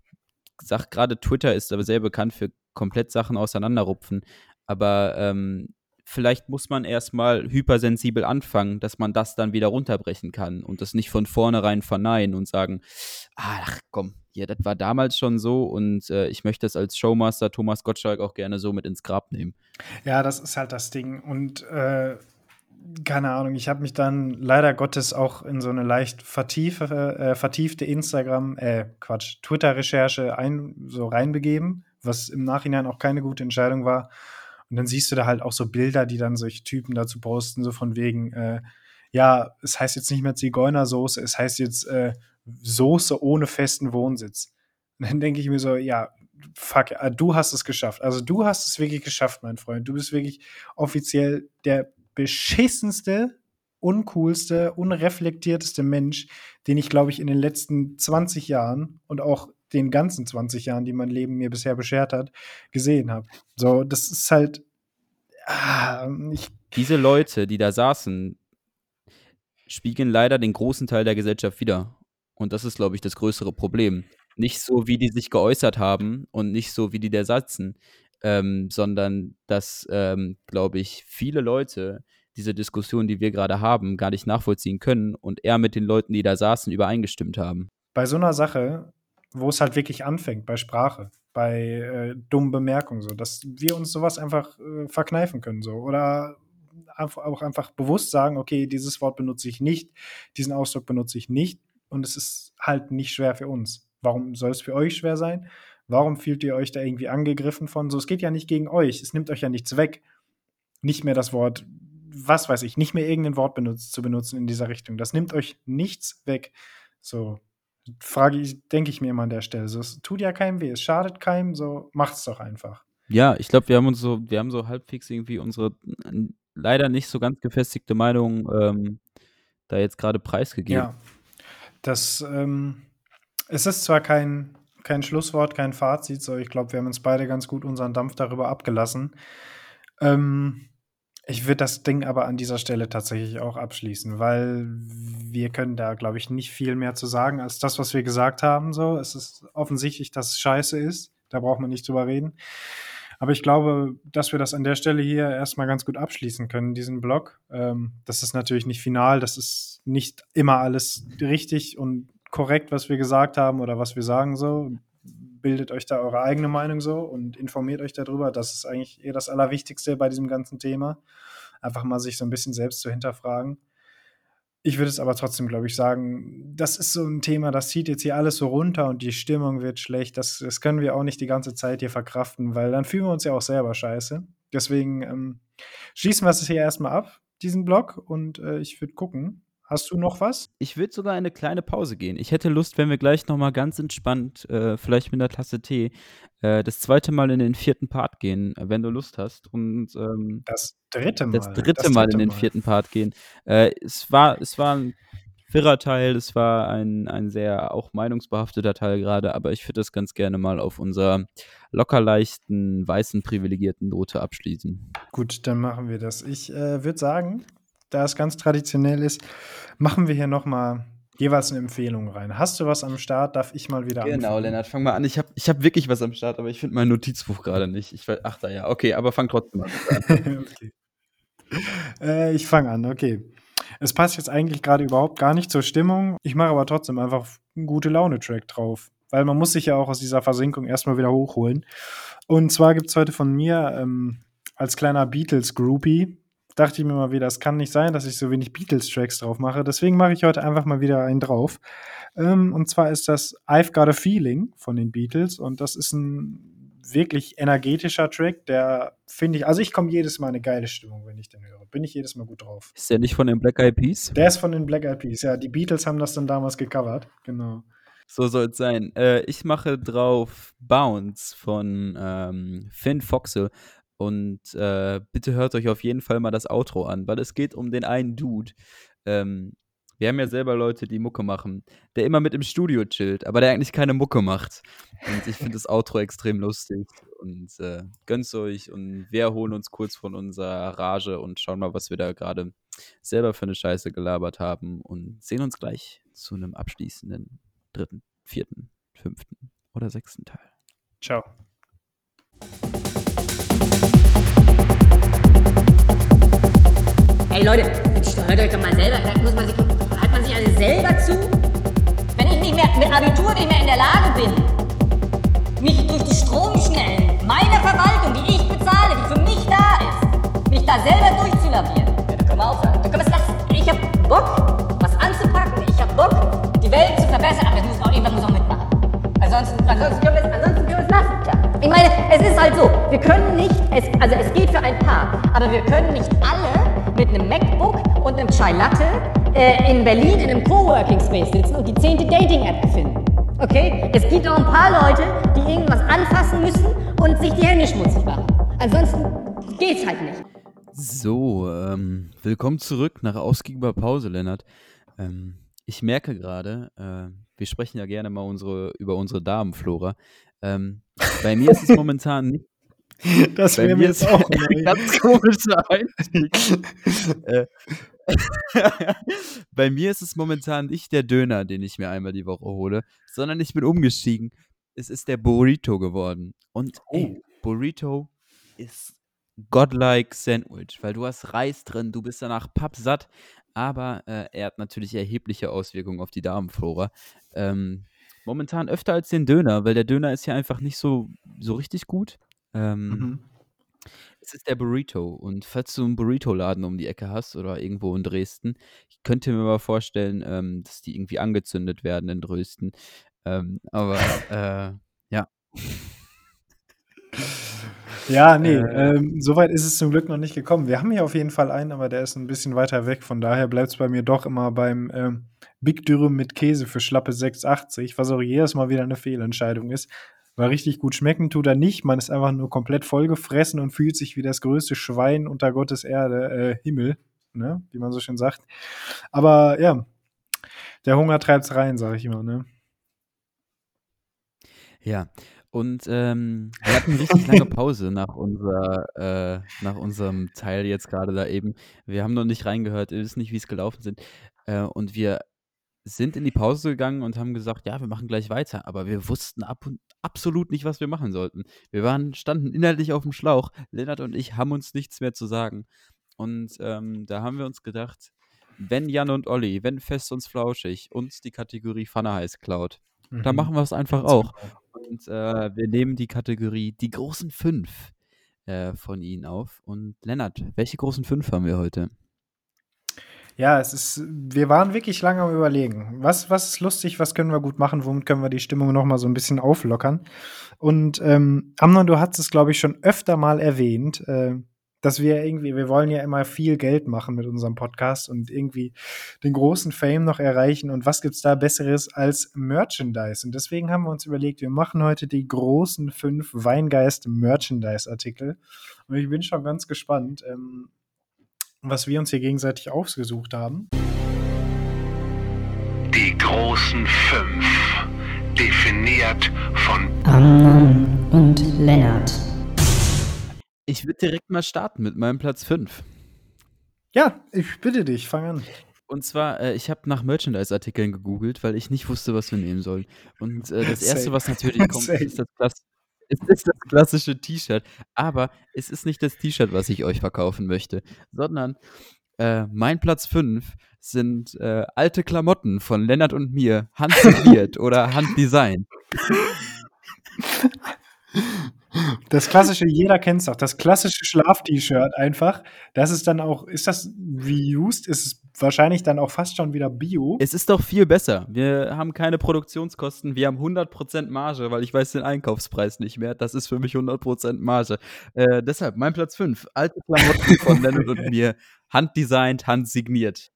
sagt, gerade Twitter ist aber sehr bekannt für komplett Sachen auseinanderrupfen. Aber vielleicht muss man erstmal hypersensibel anfangen, dass man das dann wieder runterbrechen kann und das nicht von vornherein verneinen und sagen, ach komm, ja, das war damals schon so, und ich möchte das als Showmaster Thomas Gottschalk auch gerne so mit ins Grab nehmen. Ja, das ist halt das Ding. Und keine Ahnung, ich habe mich dann leider Gottes auch in so eine leicht vertiefte Twitter-Recherche reinbegeben, was im Nachhinein auch keine gute Entscheidung war. Und dann siehst du da halt auch so Bilder, die dann solche Typen dazu posten, so von wegen, ja, es heißt jetzt nicht mehr Zigeunersoße, es heißt jetzt Soße ohne festen Wohnsitz. Und dann denke ich mir so, ja, fuck, du hast es geschafft. Also du hast es wirklich geschafft, mein Freund. Du bist wirklich offiziell der beschissenste, uncoolste, unreflektierteste Mensch, den ich, glaube ich, in den letzten 20 Jahren und auch den ganzen 20 Jahren, die mein Leben mir bisher beschert hat, gesehen habe. So, das ist halt, Diese Leute, die da saßen, spiegeln leider den großen Teil der Gesellschaft wider. Und das ist, glaube ich, das größere Problem. Nicht so, wie die sich geäußert haben und nicht so, wie die da saßen, sondern dass, glaube ich, viele Leute diese Diskussion, die wir gerade haben, gar nicht nachvollziehen können und eher mit den Leuten, die da saßen, übereingestimmt haben. bei so einer Sache, wo es halt wirklich anfängt, bei Sprache, bei dummen Bemerkungen, so, dass wir uns sowas einfach verkneifen können, so, oder auch einfach bewusst sagen, okay, dieses Wort benutze ich nicht, diesen Ausdruck benutze ich nicht, und es ist halt nicht schwer für uns. Warum soll es für euch schwer sein? Warum fühlt ihr euch da irgendwie angegriffen von? So, es geht ja nicht gegen euch, es nimmt euch ja nichts weg. Nicht mehr das Wort, was weiß ich, nicht mehr irgendein Wort zu benutzen in dieser Richtung. Das nimmt euch nichts weg. So, denke ich mir immer an der Stelle. So, es tut ja keinem weh, es schadet keinem, so macht's doch einfach. Ja, ich glaube, wir haben so halbwegs irgendwie unsere leider nicht so ganz gefestigte Meinung da jetzt gerade preisgegeben. Ja, es ist zwar kein Schlusswort, kein Fazit, so ich glaube, wir haben uns beide ganz gut unseren Dampf darüber abgelassen. Ich würde das Ding aber an dieser Stelle tatsächlich auch abschließen, weil wir können da, glaube ich, nicht viel mehr zu sagen als das, was wir gesagt haben. So, es ist offensichtlich, dass es scheiße ist. Da braucht man nicht drüber reden. Aber ich glaube, dass wir das an der Stelle hier erstmal ganz gut abschließen können, diesen Blog. Das ist natürlich nicht final, das ist nicht immer alles richtig und korrekt, was wir gesagt haben oder was wir sagen so. Bildet euch da eure eigene Meinung so und informiert euch darüber. Das ist eigentlich eher das Allerwichtigste bei diesem ganzen Thema. Einfach mal sich so ein bisschen selbst zu hinterfragen. Ich würde es aber trotzdem, glaube ich, sagen, das ist so ein Thema, das zieht jetzt hier alles so runter und die Stimmung wird schlecht. Das können wir auch nicht die ganze Zeit hier verkraften, weil dann fühlen wir uns ja auch selber scheiße. Deswegen schließen wir es hier erstmal ab, diesen Blog, und ich würde gucken. Hast du noch was? Ich würde sogar in eine kleine Pause gehen. Ich hätte Lust, wenn wir gleich nochmal ganz entspannt, vielleicht mit einer Tasse Tee, das zweite Mal in den 4. Part gehen, wenn du Lust hast. Und Das dritte Mal. das dritte Mal in den 4. Part gehen. Es war ein wirrer Teil, es war ein sehr auch meinungsbehafteter Teil gerade, aber ich würde das ganz gerne mal auf unserer locker leichten, weißen, privilegierten Note abschließen. Gut, dann machen wir das. Ich würde sagen, da es ganz traditionell ist, machen wir hier nochmal jeweils eine Empfehlung rein. Hast du was am Start? Darf ich mal wieder anfangen? Genau, Lennart, fang mal an. Ich hab wirklich was am Start, aber ich finde mein Notizbuch gerade nicht. Ach, da ja. Okay, aber fang trotzdem an. Okay. Ich fange an, okay. Es passt jetzt eigentlich gerade überhaupt gar nicht zur Stimmung. Ich mache aber trotzdem einfach einen Gute-Laune-Track drauf. Weil man muss sich ja auch aus dieser Versenkung erstmal wieder hochholen. Und zwar gibt es heute von mir als kleiner Beatles-Groupie, dachte ich mir mal wieder, es kann nicht sein, dass ich so wenig Beatles-Tracks drauf mache. Deswegen mache ich heute einfach mal wieder einen drauf. Und zwar ist das I've Got a Feeling von den Beatles. Und das ist ein wirklich energetischer Track, der finde ich, also ich komme jedes Mal in eine geile Stimmung, wenn ich den höre. Bin ich jedes Mal gut drauf. Ist der nicht von den Black Eyed Peas? Der ist von den Black Eyed Peas, ja. Die Beatles haben das dann damals gecovert, genau. So soll es sein. Ich mache drauf Bounce von Finn Foxxx. Und bitte hört euch auf jeden Fall mal das Outro an, weil es geht um den einen Dude. Wir haben ja selber Leute, die Mucke machen, der immer mit im Studio chillt, aber der eigentlich keine Mucke macht. Und ich finde das Outro extrem lustig. Und gönnt's euch. Und wir holen uns kurz von unserer Rage und schauen mal, was wir da gerade selber für eine Scheiße gelabert haben. Und sehen uns gleich zu einem abschließenden 3., 4., 5. oder 6. Teil. Ciao. Hey Leute, jetzt hört euch doch mal selber, hört man sich alle selber zu? Wenn ich nicht mehr mit Abitur nicht mehr in der Lage bin, mich durch die Stromschnellen meiner Verwaltung, die ich bezahle, die für mich da ist, mich da selber durchzulavieren, ja, dann können wir aufhören. Dann können wir es lassen. Ich hab Bock, was anzupacken, ich hab Bock, die Welt zu verbessern, aber irgendwann muss auch mitmachen. Ansonsten können wir es lassen. Ja. Ich meine, es ist halt so, wir können nicht, es geht für ein paar, aber wir können nicht alle mit einem MacBook und einem Chai Latte in Berlin in einem Coworking Space sitzen und die 10. Dating-App erfinden. Okay? Es gibt auch ein paar Leute, die irgendwas anfassen müssen und sich die Hände schmutzig machen. Ansonsten geht's halt nicht. So, willkommen zurück nach ausgiebiger Pause, Lennart. Ich merke gerade, wir sprechen ja gerne mal über unsere Damenflora. Bei mir ist es momentan nicht. Das Bei wäre mir mir ist jetzt auch ein neu. ganz komischer Einstieg. Äh, Bei mir ist es momentan nicht der Döner, den ich mir einmal die Woche hole, sondern ich bin umgestiegen. Es ist der Burrito geworden. Und Burrito ist godlike Sandwich, weil du hast Reis drin, du bist danach pappsatt, aber er hat natürlich erhebliche Auswirkungen auf die Darmflora. Momentan öfter als den Döner, weil der Döner ist ja einfach nicht so richtig gut. Es ist der Burrito. Und falls du einen Burrito-Laden um die Ecke hast oder irgendwo in Dresden, ich könnte mir mal vorstellen, dass die irgendwie angezündet werden in Dresden. Aber ja. Ja, nee, soweit ist es zum Glück noch nicht gekommen. Wir haben hier auf jeden Fall einen, aber der ist ein bisschen weiter weg. Von daher bleibt es bei mir doch immer beim Big Dürüm mit Käse für schlappe 6,80, was auch jedes Mal wieder eine Fehlentscheidung ist. Weil richtig gut schmecken tut er nicht. Man ist einfach nur komplett vollgefressen und fühlt sich wie das größte Schwein unter Gottes Erde, Himmel, ne? Wie man so schön sagt. Aber ja, der Hunger treibt's rein, sag ich immer, ne? Ja, und wir hatten richtig lange Pause nach unserem Teil jetzt gerade da eben. Wir haben noch nicht reingehört, wir wissen nicht, wie es gelaufen sind. Und wir sind in die Pause gegangen und haben gesagt, ja, wir machen gleich weiter. Aber wir wussten absolut nicht, was wir machen sollten. Wir standen inhaltlich auf dem Schlauch. Lennart und ich haben uns nichts mehr zu sagen. Und da haben wir uns gedacht, wenn Jan und Olli, wenn Fest und Flauschig uns die Kategorie Pfanne heiß klaut, dann machen wir es einfach auch. Und wir nehmen die Kategorie die großen 5 von ihnen auf. Und Lennart, welche großen 5 haben wir heute? Ja, wir waren wirklich lange am Überlegen. Was ist lustig, was können wir gut machen, womit können wir die Stimmung noch mal so ein bisschen auflockern? Und Amnon, du hast es, glaube ich, schon öfter mal erwähnt, dass wir wollen ja immer viel Geld machen mit unserem Podcast und irgendwie den großen Fame noch erreichen. Und was gibt's da Besseres als Merchandise? Und deswegen haben wir uns überlegt, wir machen heute die großen 5 Weingeist-Merchandise-Artikel. Und ich bin schon ganz gespannt, was wir uns hier gegenseitig ausgesucht haben. Die großen 5, definiert von Amnon und Lennart. Ich würde direkt mal starten mit meinem Platz 5. Ja, ich bitte dich, fang an. Und zwar, ich habe nach Merchandise-Artikeln gegoogelt, weil ich nicht wusste, was wir nehmen sollen. Und das Erste, Same. was natürlich kommt, Same. ist das klassische T-Shirt. Aber es ist nicht das T-Shirt, was ich euch verkaufen möchte, sondern mein Platz 5 sind alte Klamotten von Lennart und mir, handsigniert oder handdesignt. Das klassische, jeder kennt's doch, das klassische Schlaf-T-Shirt einfach. Das ist dann auch, ist das reused? Ist es wahrscheinlich dann auch fast schon wieder Bio? Es ist doch viel besser. Wir haben keine Produktionskosten, wir haben 100% Marge, weil ich weiß den Einkaufspreis nicht mehr. Das ist für mich 100% Marge. Deshalb mein Platz 5, alte Klamotten von Lennart und mir, handdesignt, handsigniert.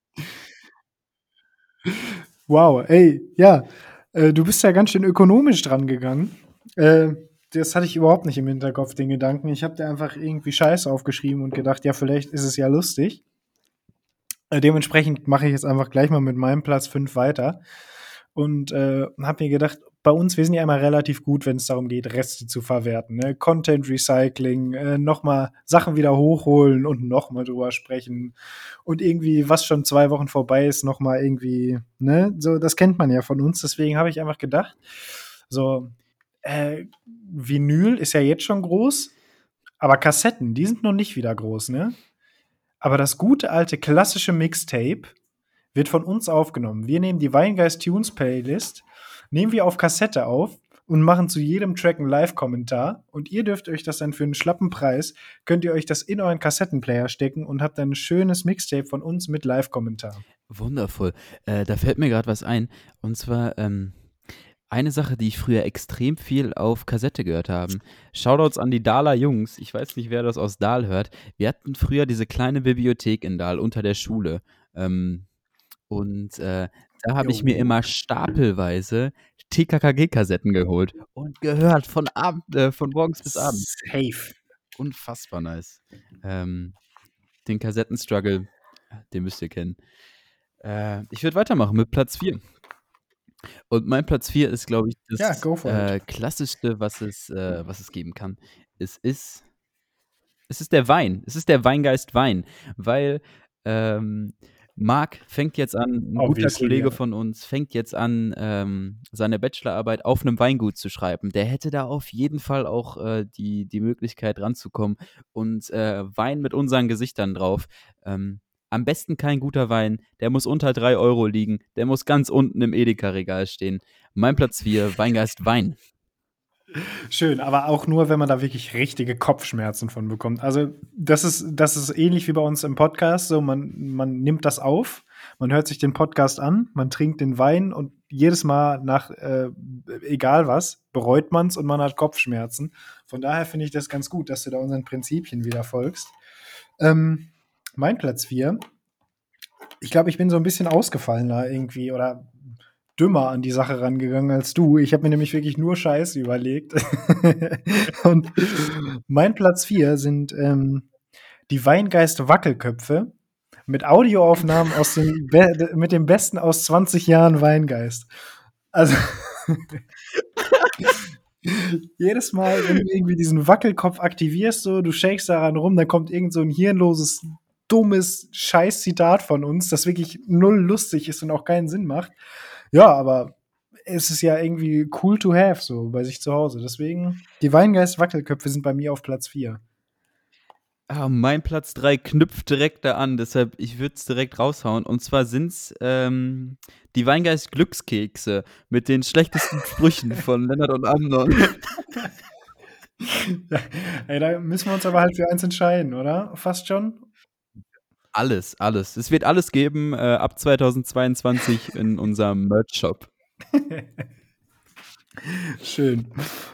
Wow, ey, ja, du bist ja ganz schön ökonomisch dran gegangen. Das hatte ich überhaupt nicht im Hinterkopf, den Gedanken. Ich habe da einfach irgendwie Scheiße aufgeschrieben und gedacht, ja, vielleicht ist es ja lustig. Dementsprechend mache ich jetzt einfach gleich mal mit meinem Platz 5 weiter. Und habe mir gedacht, bei uns, wir sind ja immer relativ gut, wenn es darum geht, Reste zu verwerten. Ne? Content Recycling, nochmal Sachen wieder hochholen und nochmal drüber sprechen. Und irgendwie, was schon 2 Wochen vorbei ist, nochmal irgendwie, ne? So, das kennt man ja von uns. Deswegen habe ich einfach gedacht, so, Vinyl ist ja jetzt schon groß, aber Kassetten, die sind noch nicht wieder groß, ne? Aber das gute alte klassische Mixtape wird von uns aufgenommen. Wir nehmen die Weingeist Tunes Playlist, nehmen wir auf Kassette auf und machen zu jedem Track einen Live-Kommentar. Und ihr dürft euch das dann für einen schlappen Preis, könnt ihr euch das in euren Kassettenplayer stecken und habt dann ein schönes Mixtape von uns mit Live-Kommentar. Wundervoll. Da fällt mir gerade was ein. Und zwar eine Sache, die ich früher extrem viel auf Kassette gehört habe. Shoutouts an die Dahler Jungs. Ich weiß nicht, wer das aus Dahl hört. Wir hatten früher diese kleine Bibliothek in Dahl unter der Schule. Und da Da habe ich mir immer stapelweise TKKG-Kassetten geholt und gehört von morgens bis abends. Safe. Unfassbar nice. Den Kassettenstruggle, den müsst ihr kennen. Ich würde weitermachen mit Platz 4. Und mein Platz 4 ist, glaube ich, Ja, das go for it. Klassischste, was es geben kann. Es ist der Wein. Es ist der Weingeist Wein. Weil Marc fängt jetzt an, ein guter Obviously, Kollege ja. von uns, fängt jetzt an, seine Bachelorarbeit auf einem Weingut zu schreiben. Der hätte da auf jeden Fall auch die Möglichkeit ranzukommen. Und Wein mit unseren Gesichtern drauf. Am besten kein guter Wein, der muss unter 3 Euro liegen, der muss ganz unten im Edeka-Regal stehen. Mein Platz 4, Weingeist Wein. Schön, aber auch nur, wenn man da wirklich richtige Kopfschmerzen von bekommt. Also das ist ähnlich wie bei uns im Podcast. So, man nimmt das auf, man hört sich den Podcast an, man trinkt den Wein und jedes Mal nach egal was, bereut man es und man hat Kopfschmerzen. Von daher finde ich das ganz gut, dass du da unseren Prinzipien wieder folgst. Mein Platz 4. Ich glaube, ich bin so ein bisschen ausgefallener irgendwie oder dümmer an die Sache rangegangen als du. Ich habe mir nämlich wirklich nur Scheiße überlegt. Und mein Platz 4 sind die Weingeist-Wackelköpfe mit Audioaufnahmen mit dem Besten aus 20 Jahren Weingeist. Also jedes Mal, wenn du irgendwie diesen Wackelkopf aktivierst, so, du shakest daran rum, dann kommt irgend so ein hirnloses, dummes Scheiß-Zitat von uns, das wirklich null lustig ist und auch keinen Sinn macht. Ja, aber es ist ja irgendwie cool to have, so bei sich zu Hause. Deswegen, die Weingeist-Wackelköpfe sind bei mir auf Platz 4. Mein Platz 3 knüpft direkt da an, deshalb ich würde es direkt raushauen. Und zwar sind es die Weingeist-Glückskekse mit den schlechtesten Sprüchen von Lennart und Amnon. Ja, ey, da müssen wir uns aber halt für eins entscheiden, oder? Fast schon? Alles. Es wird alles geben ab 2022 in unserem Merch-Shop. Schön.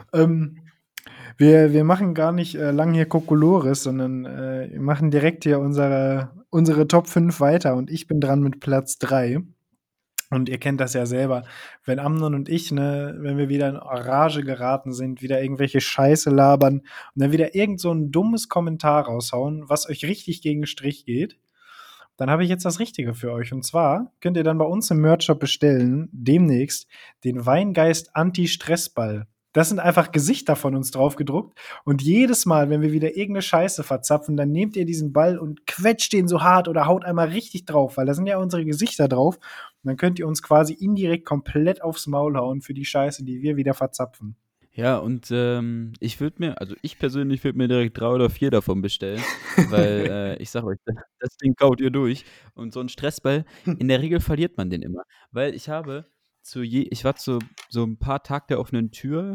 Wir machen gar nicht lang hier Kokolores, sondern wir machen direkt hier unsere Top 5 weiter und ich bin dran mit Platz 3. Und ihr kennt das ja selber, wenn Amnon und ich, wenn wir wieder in Rage geraten sind, wieder irgendwelche Scheiße labern und dann wieder irgend so ein dummes Kommentar raushauen, was euch richtig gegen den Strich geht, dann habe ich jetzt das Richtige für euch. Und zwar könnt ihr dann bei uns im Merch-Shop bestellen, demnächst, den Weingeist Anti-Stressball. Das sind einfach Gesichter von uns drauf gedruckt. Und jedes Mal, wenn wir wieder irgendeine Scheiße verzapfen, dann nehmt ihr diesen Ball und quetscht den so hart oder haut einmal richtig drauf, weil da sind ja unsere Gesichter drauf. Und dann könnt ihr uns quasi indirekt komplett aufs Maul hauen für die Scheiße, die wir wieder verzapfen. Ja, und ich persönlich würde mir direkt 3 oder 4 davon bestellen, weil ich sag euch, das Ding kaut ihr durch. Und so ein Stressball, in der Regel verliert man den immer. Weil ich war zu so ein paar Tag der offenen Türen.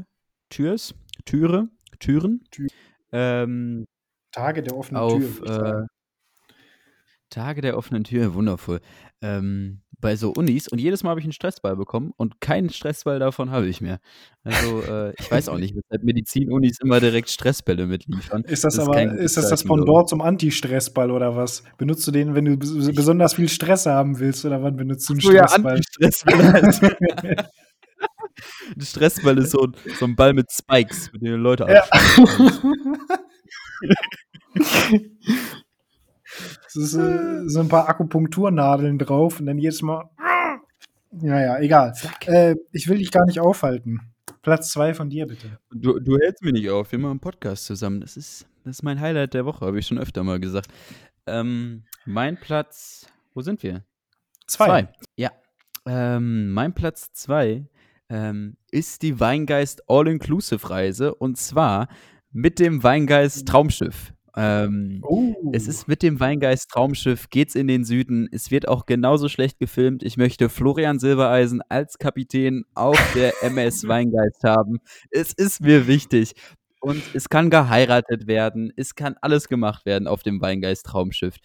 Tage der offenen Auf Tür, würde ich sagen. Tage der offenen Tür, wundervoll. Bei so Unis und jedes Mal habe ich einen Stressball bekommen und keinen Stressball davon habe ich mehr. Also ich weiß auch nicht, weshalb Medizin-Unis immer direkt Stressbälle mitliefern. Ist das kein gutes das Zeichen, Pendant zum Anti-Stressball oder was? Benutzt du den, wenn du besonders viel Stress haben willst, oder wann benutzt du einen So, ja, Stressball? Anti-Stressball halt. Ein Stressball ist so ein Ball mit Spikes, mit denen Leute Ja. abschießen. Es ist so ein paar Akupunkturnadeln drauf und dann jedes Mal. Naja, egal. Ich will dich gar nicht aufhalten. Platz 2 von dir, bitte. Du hältst mich nicht auf, wir machen einen Podcast zusammen. Das ist mein Highlight der Woche, habe ich schon öfter mal gesagt. Mein Platz, wo sind wir? 2. Ja. Mein Platz 2 ist die Weingeist All-Inclusive-Reise und zwar mit dem Weingeist Traumschiff. Es ist mit dem Weingeist Traumschiff, geht's in den Süden. Es wird auch genauso schlecht gefilmt. Ich möchte Florian Silbereisen als Kapitän auf der MS Weingeist haben. Es ist mir wichtig. Und es kann geheiratet werden. Es kann alles gemacht werden auf dem Weingeist Traumschiff.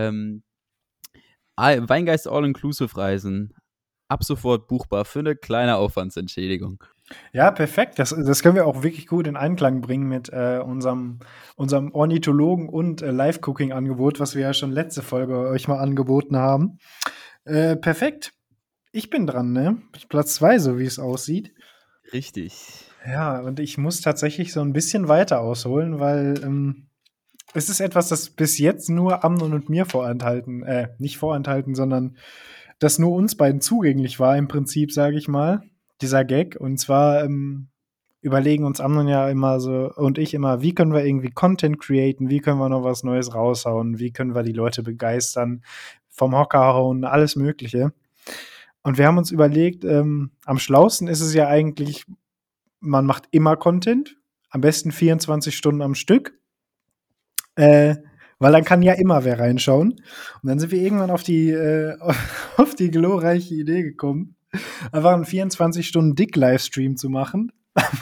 Weingeist All-Inclusive-Reisen. Ab sofort buchbar für eine kleine Aufwandsentschädigung. Ja, perfekt. Das können wir auch wirklich gut in Einklang bringen mit unserem Ornithologen- und Live-Cooking-Angebot, was wir ja schon letzte Folge euch mal angeboten haben. Perfekt. Ich bin dran, ne? Platz 2, so wie es aussieht. Richtig. Ja, und ich muss tatsächlich so ein bisschen weiter ausholen, weil es ist etwas, das bis jetzt nur Amnon und mir nicht vorenthalten, sondern das nur uns beiden zugänglich war, im Prinzip, sage ich mal, dieser Gag. Und zwar überlegen uns Amnon ja immer so und ich immer, wie können wir irgendwie Content createn, wie können wir noch was Neues raushauen, wie können wir die Leute begeistern, vom Hocker hauen, alles Mögliche. Und wir haben uns überlegt, am schlausten ist es ja eigentlich, man macht immer Content, am besten 24 Stunden am Stück, weil dann kann ja immer wer reinschauen. Und dann sind wir irgendwann auf die glorreiche Idee gekommen, einfach einen 24-Stunden-Dick-Livestream zu machen.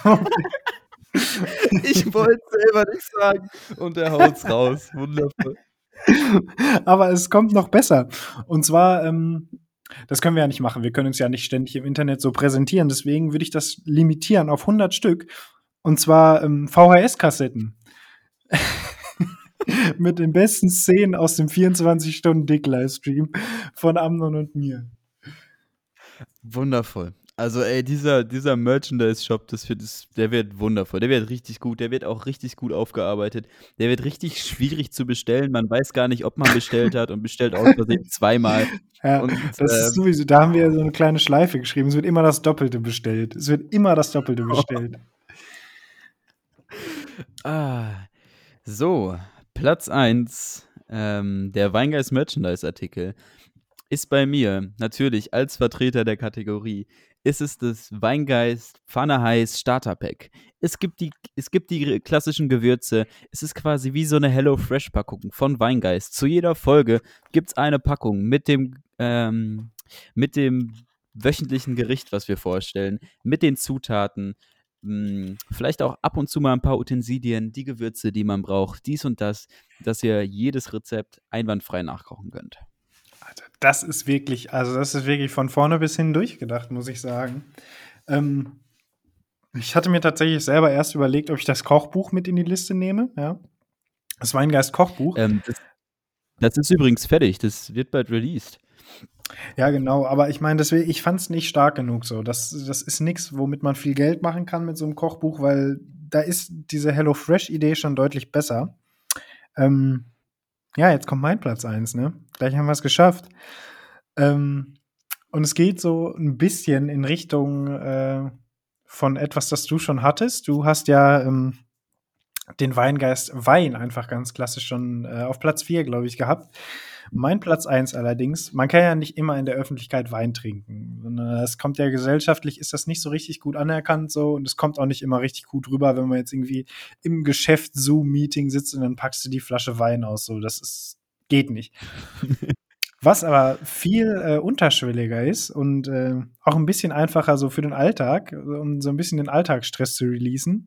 Ich wollte es selber nicht sagen. Und er haut's raus. Wundervoll. Aber es kommt noch besser. Und zwar, das können wir ja nicht machen. Wir können uns ja nicht ständig im Internet so präsentieren. Deswegen würde ich das limitieren auf 100 Stück. Und zwar VHS-Kassetten. Mit den besten Szenen aus dem 24-Stunden-Dick-Livestream von Amnon und mir. Wundervoll. Also ey, dieser Merchandise-Shop, der wird wundervoll. Der wird richtig gut. Der wird auch richtig gut aufgearbeitet. Der wird richtig schwierig zu bestellen. Man weiß gar nicht, ob man bestellt hat und bestellt aus Versehen zweimal. Ja, Und, das ist sowieso, da haben wir so eine kleine Schleife geschrieben. Es wird immer das Doppelte bestellt. So, Platz 1, der Weingeist Merchandise-Artikel ist bei mir natürlich als Vertreter der Kategorie, ist es das Weingeist Pfanne heiß Starter Pack. Es gibt die klassischen Gewürze. Es ist quasi wie so eine HelloFresh-Packung von Weingeist. Zu jeder Folge gibt es eine Packung mit dem wöchentlichen Gericht, was wir vorstellen, mit den Zutaten, vielleicht auch ab und zu mal ein paar Utensilien, die Gewürze, die man braucht, dies und das, dass ihr jedes Rezept einwandfrei nachkochen könnt. Das ist wirklich von vorne bis hin durchgedacht, muss ich sagen. Ich hatte mir tatsächlich selber erst überlegt, ob ich das Kochbuch mit in die Liste nehme. Ja. Das Weingeist-Kochbuch. Das ist übrigens fertig, das wird bald released. Ja, genau, aber ich meine, ich fand es nicht stark genug so. Das ist nichts, womit man viel Geld machen kann mit so einem Kochbuch, weil da ist diese HelloFresh-Idee schon deutlich besser. Ja, jetzt kommt mein Platz 1, ne? Gleich haben wir es geschafft. Und es geht so ein bisschen in Richtung von etwas, das du schon hattest. Du hast ja den Weingeist Wein einfach ganz klassisch schon auf Platz 4, glaube ich, gehabt. Mein Platz 1 allerdings, man kann ja nicht immer in der Öffentlichkeit Wein trinken. Es kommt ja gesellschaftlich, ist das nicht so richtig gut anerkannt so und es kommt auch nicht immer richtig gut rüber, wenn man jetzt irgendwie im Geschäft Zoom-Meeting sitzt und dann packst du die Flasche Wein aus. So, geht nicht. Was aber viel unterschwelliger ist und auch ein bisschen einfacher so für den Alltag, um so ein bisschen den Alltagsstress zu relieven,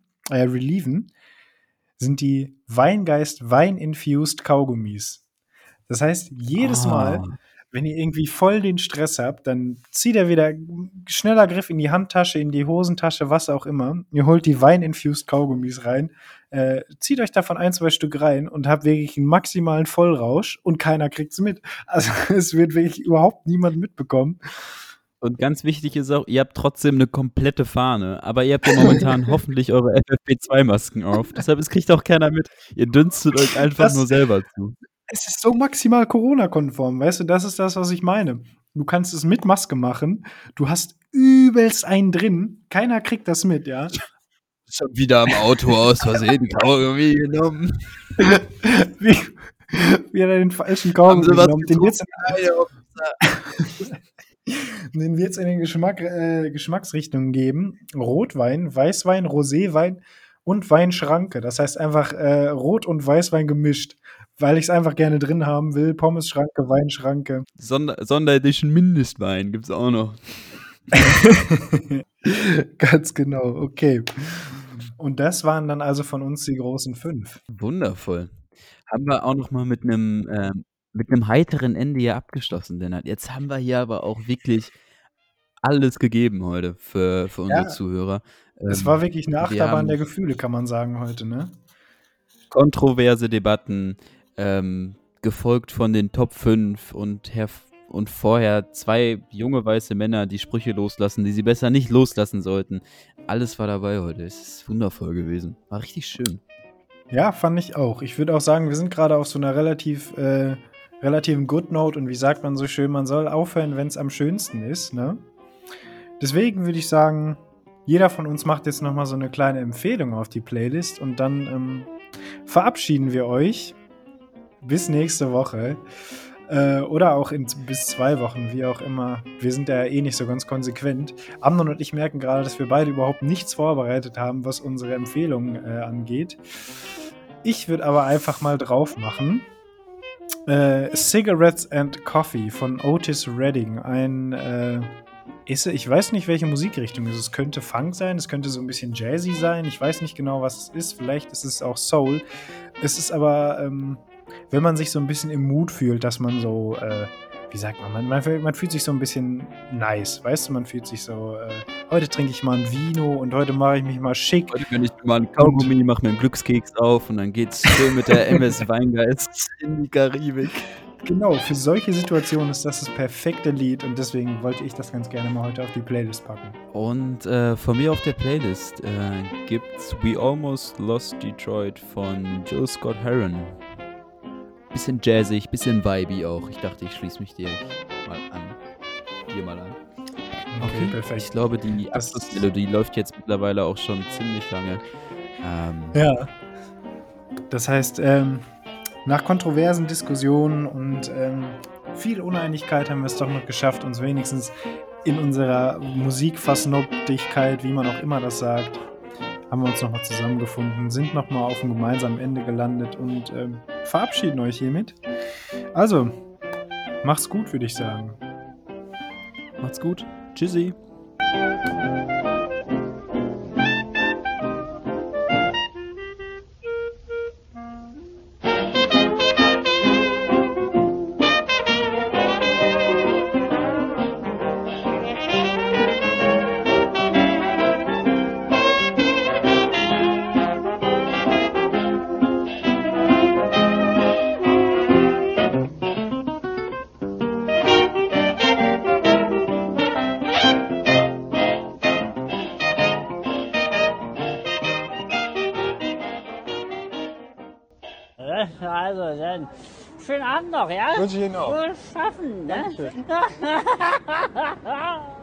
sind die Weingeist Wein-Infused Kaugummis. Das heißt, jedes Mal, wenn ihr irgendwie voll den Stress habt, dann zieht ihr wieder schneller Griff in die Handtasche, in die Hosentasche, was auch immer. Ihr holt die Wein-Infused Kaugummis rein, zieht euch davon 1, 2 Stück rein und habt wirklich einen maximalen Vollrausch und keiner kriegt's mit. Also es wird wirklich überhaupt niemand mitbekommen. Und ganz wichtig ist auch, ihr habt trotzdem eine komplette Fahne, aber ihr habt ja momentan hoffentlich eure FFP2-Masken auf. Deshalb, es kriegt auch keiner mit. Ihr dünstet euch einfach nur selber zu. Es ist so maximal Corona-konform, weißt du, das ist das, was ich meine. Du kannst es mit Maske machen, du hast übelst einen drin, keiner kriegt das mit, ja. Schon wieder am Auto aus Versehen Kaugummi genommen. Wie hat er den falschen Kaugummi genommen? Den wird es in den Geschmacksrichtungen geben. Rotwein, Weißwein, Roséwein und Weinschranke. Das heißt einfach Rot- und Weißwein gemischt. Weil ich es einfach gerne drin haben will. Pommesschranke, Weinschranke. Sonderedition Mindestwein gibt's auch noch. Ganz genau, okay. Und das waren dann also von uns die großen 5. Wundervoll. Haben wir auch noch mal mit einem heiteren Ende hier abgeschlossen, Lennart. Jetzt haben wir hier aber auch wirklich alles gegeben heute für unsere Zuhörer. Es war wirklich eine Achterbahn der Gefühle, kann man sagen, heute, ne? Kontroverse Debatten, gefolgt von den Top 5 und und vorher 2 junge weiße Männer, die Sprüche loslassen, die sie besser nicht loslassen sollten. Alles war dabei heute. Es ist wundervoll gewesen. War richtig schön. Ja, fand ich auch. Ich würde auch sagen, wir sind gerade auf so einer relativen Good Note und wie sagt man so schön, man soll aufhören, wenn es am schönsten ist, ne? Deswegen würde ich sagen, jeder von uns macht jetzt nochmal so eine kleine Empfehlung auf die Playlist und dann verabschieden wir euch bis nächste Woche oder auch bis 2 Wochen, wie auch immer. Wir sind ja eh nicht so ganz konsequent. Amnon und ich merken gerade, dass wir beide überhaupt nichts vorbereitet haben, was unsere Empfehlungen angeht. Ich würde aber einfach mal drauf machen. Cigarettes and Coffee von Otis Redding. Ich weiß nicht, welche Musikrichtung es ist. Es könnte Funk sein, es könnte so ein bisschen Jazzy sein. Ich weiß nicht genau, was es ist. Vielleicht ist es auch Soul. Es ist aber, wenn man sich so ein bisschen im Mood fühlt, dass man so, wie sagt man fühlt sich so ein bisschen nice, weißt du? Man fühlt sich so, heute trinke ich mal ein Vino und heute mache ich mich mal schick. Heute gönne ich mir mal einen Kaugummi, mache mir einen Glückskeks auf und dann geht's schön mit der MS Weingeist in die Karibik. Genau, für solche Situationen ist das perfekte Lied und deswegen wollte ich das ganz gerne mal heute auf die Playlist packen. Und von mir auf der Playlist gibt's We Almost Lost Detroit von Jill Scott Heron. Bisschen jazzig, bisschen vibey auch. Ich dachte, ich schließe mich dir mal an. Okay, perfekt. Ich glaube, die Abschlussmelodie läuft jetzt mittlerweile auch schon ziemlich lange. Ja. Das heißt, nach kontroversen Diskussionen und viel Uneinigkeit haben wir es doch noch geschafft, uns wenigstens in unserer Musikversnobdigkeit, wie man auch immer das sagt, haben wir uns nochmal zusammengefunden, sind nochmal auf einem gemeinsamen Ende gelandet und verabschieden euch hiermit. Also, macht's gut, würde ich sagen. Macht's gut. Tschüssi. Also dann, schönen Abend noch, ja? Wünsche ich Ihnen auch. Wohl schaffen, ne?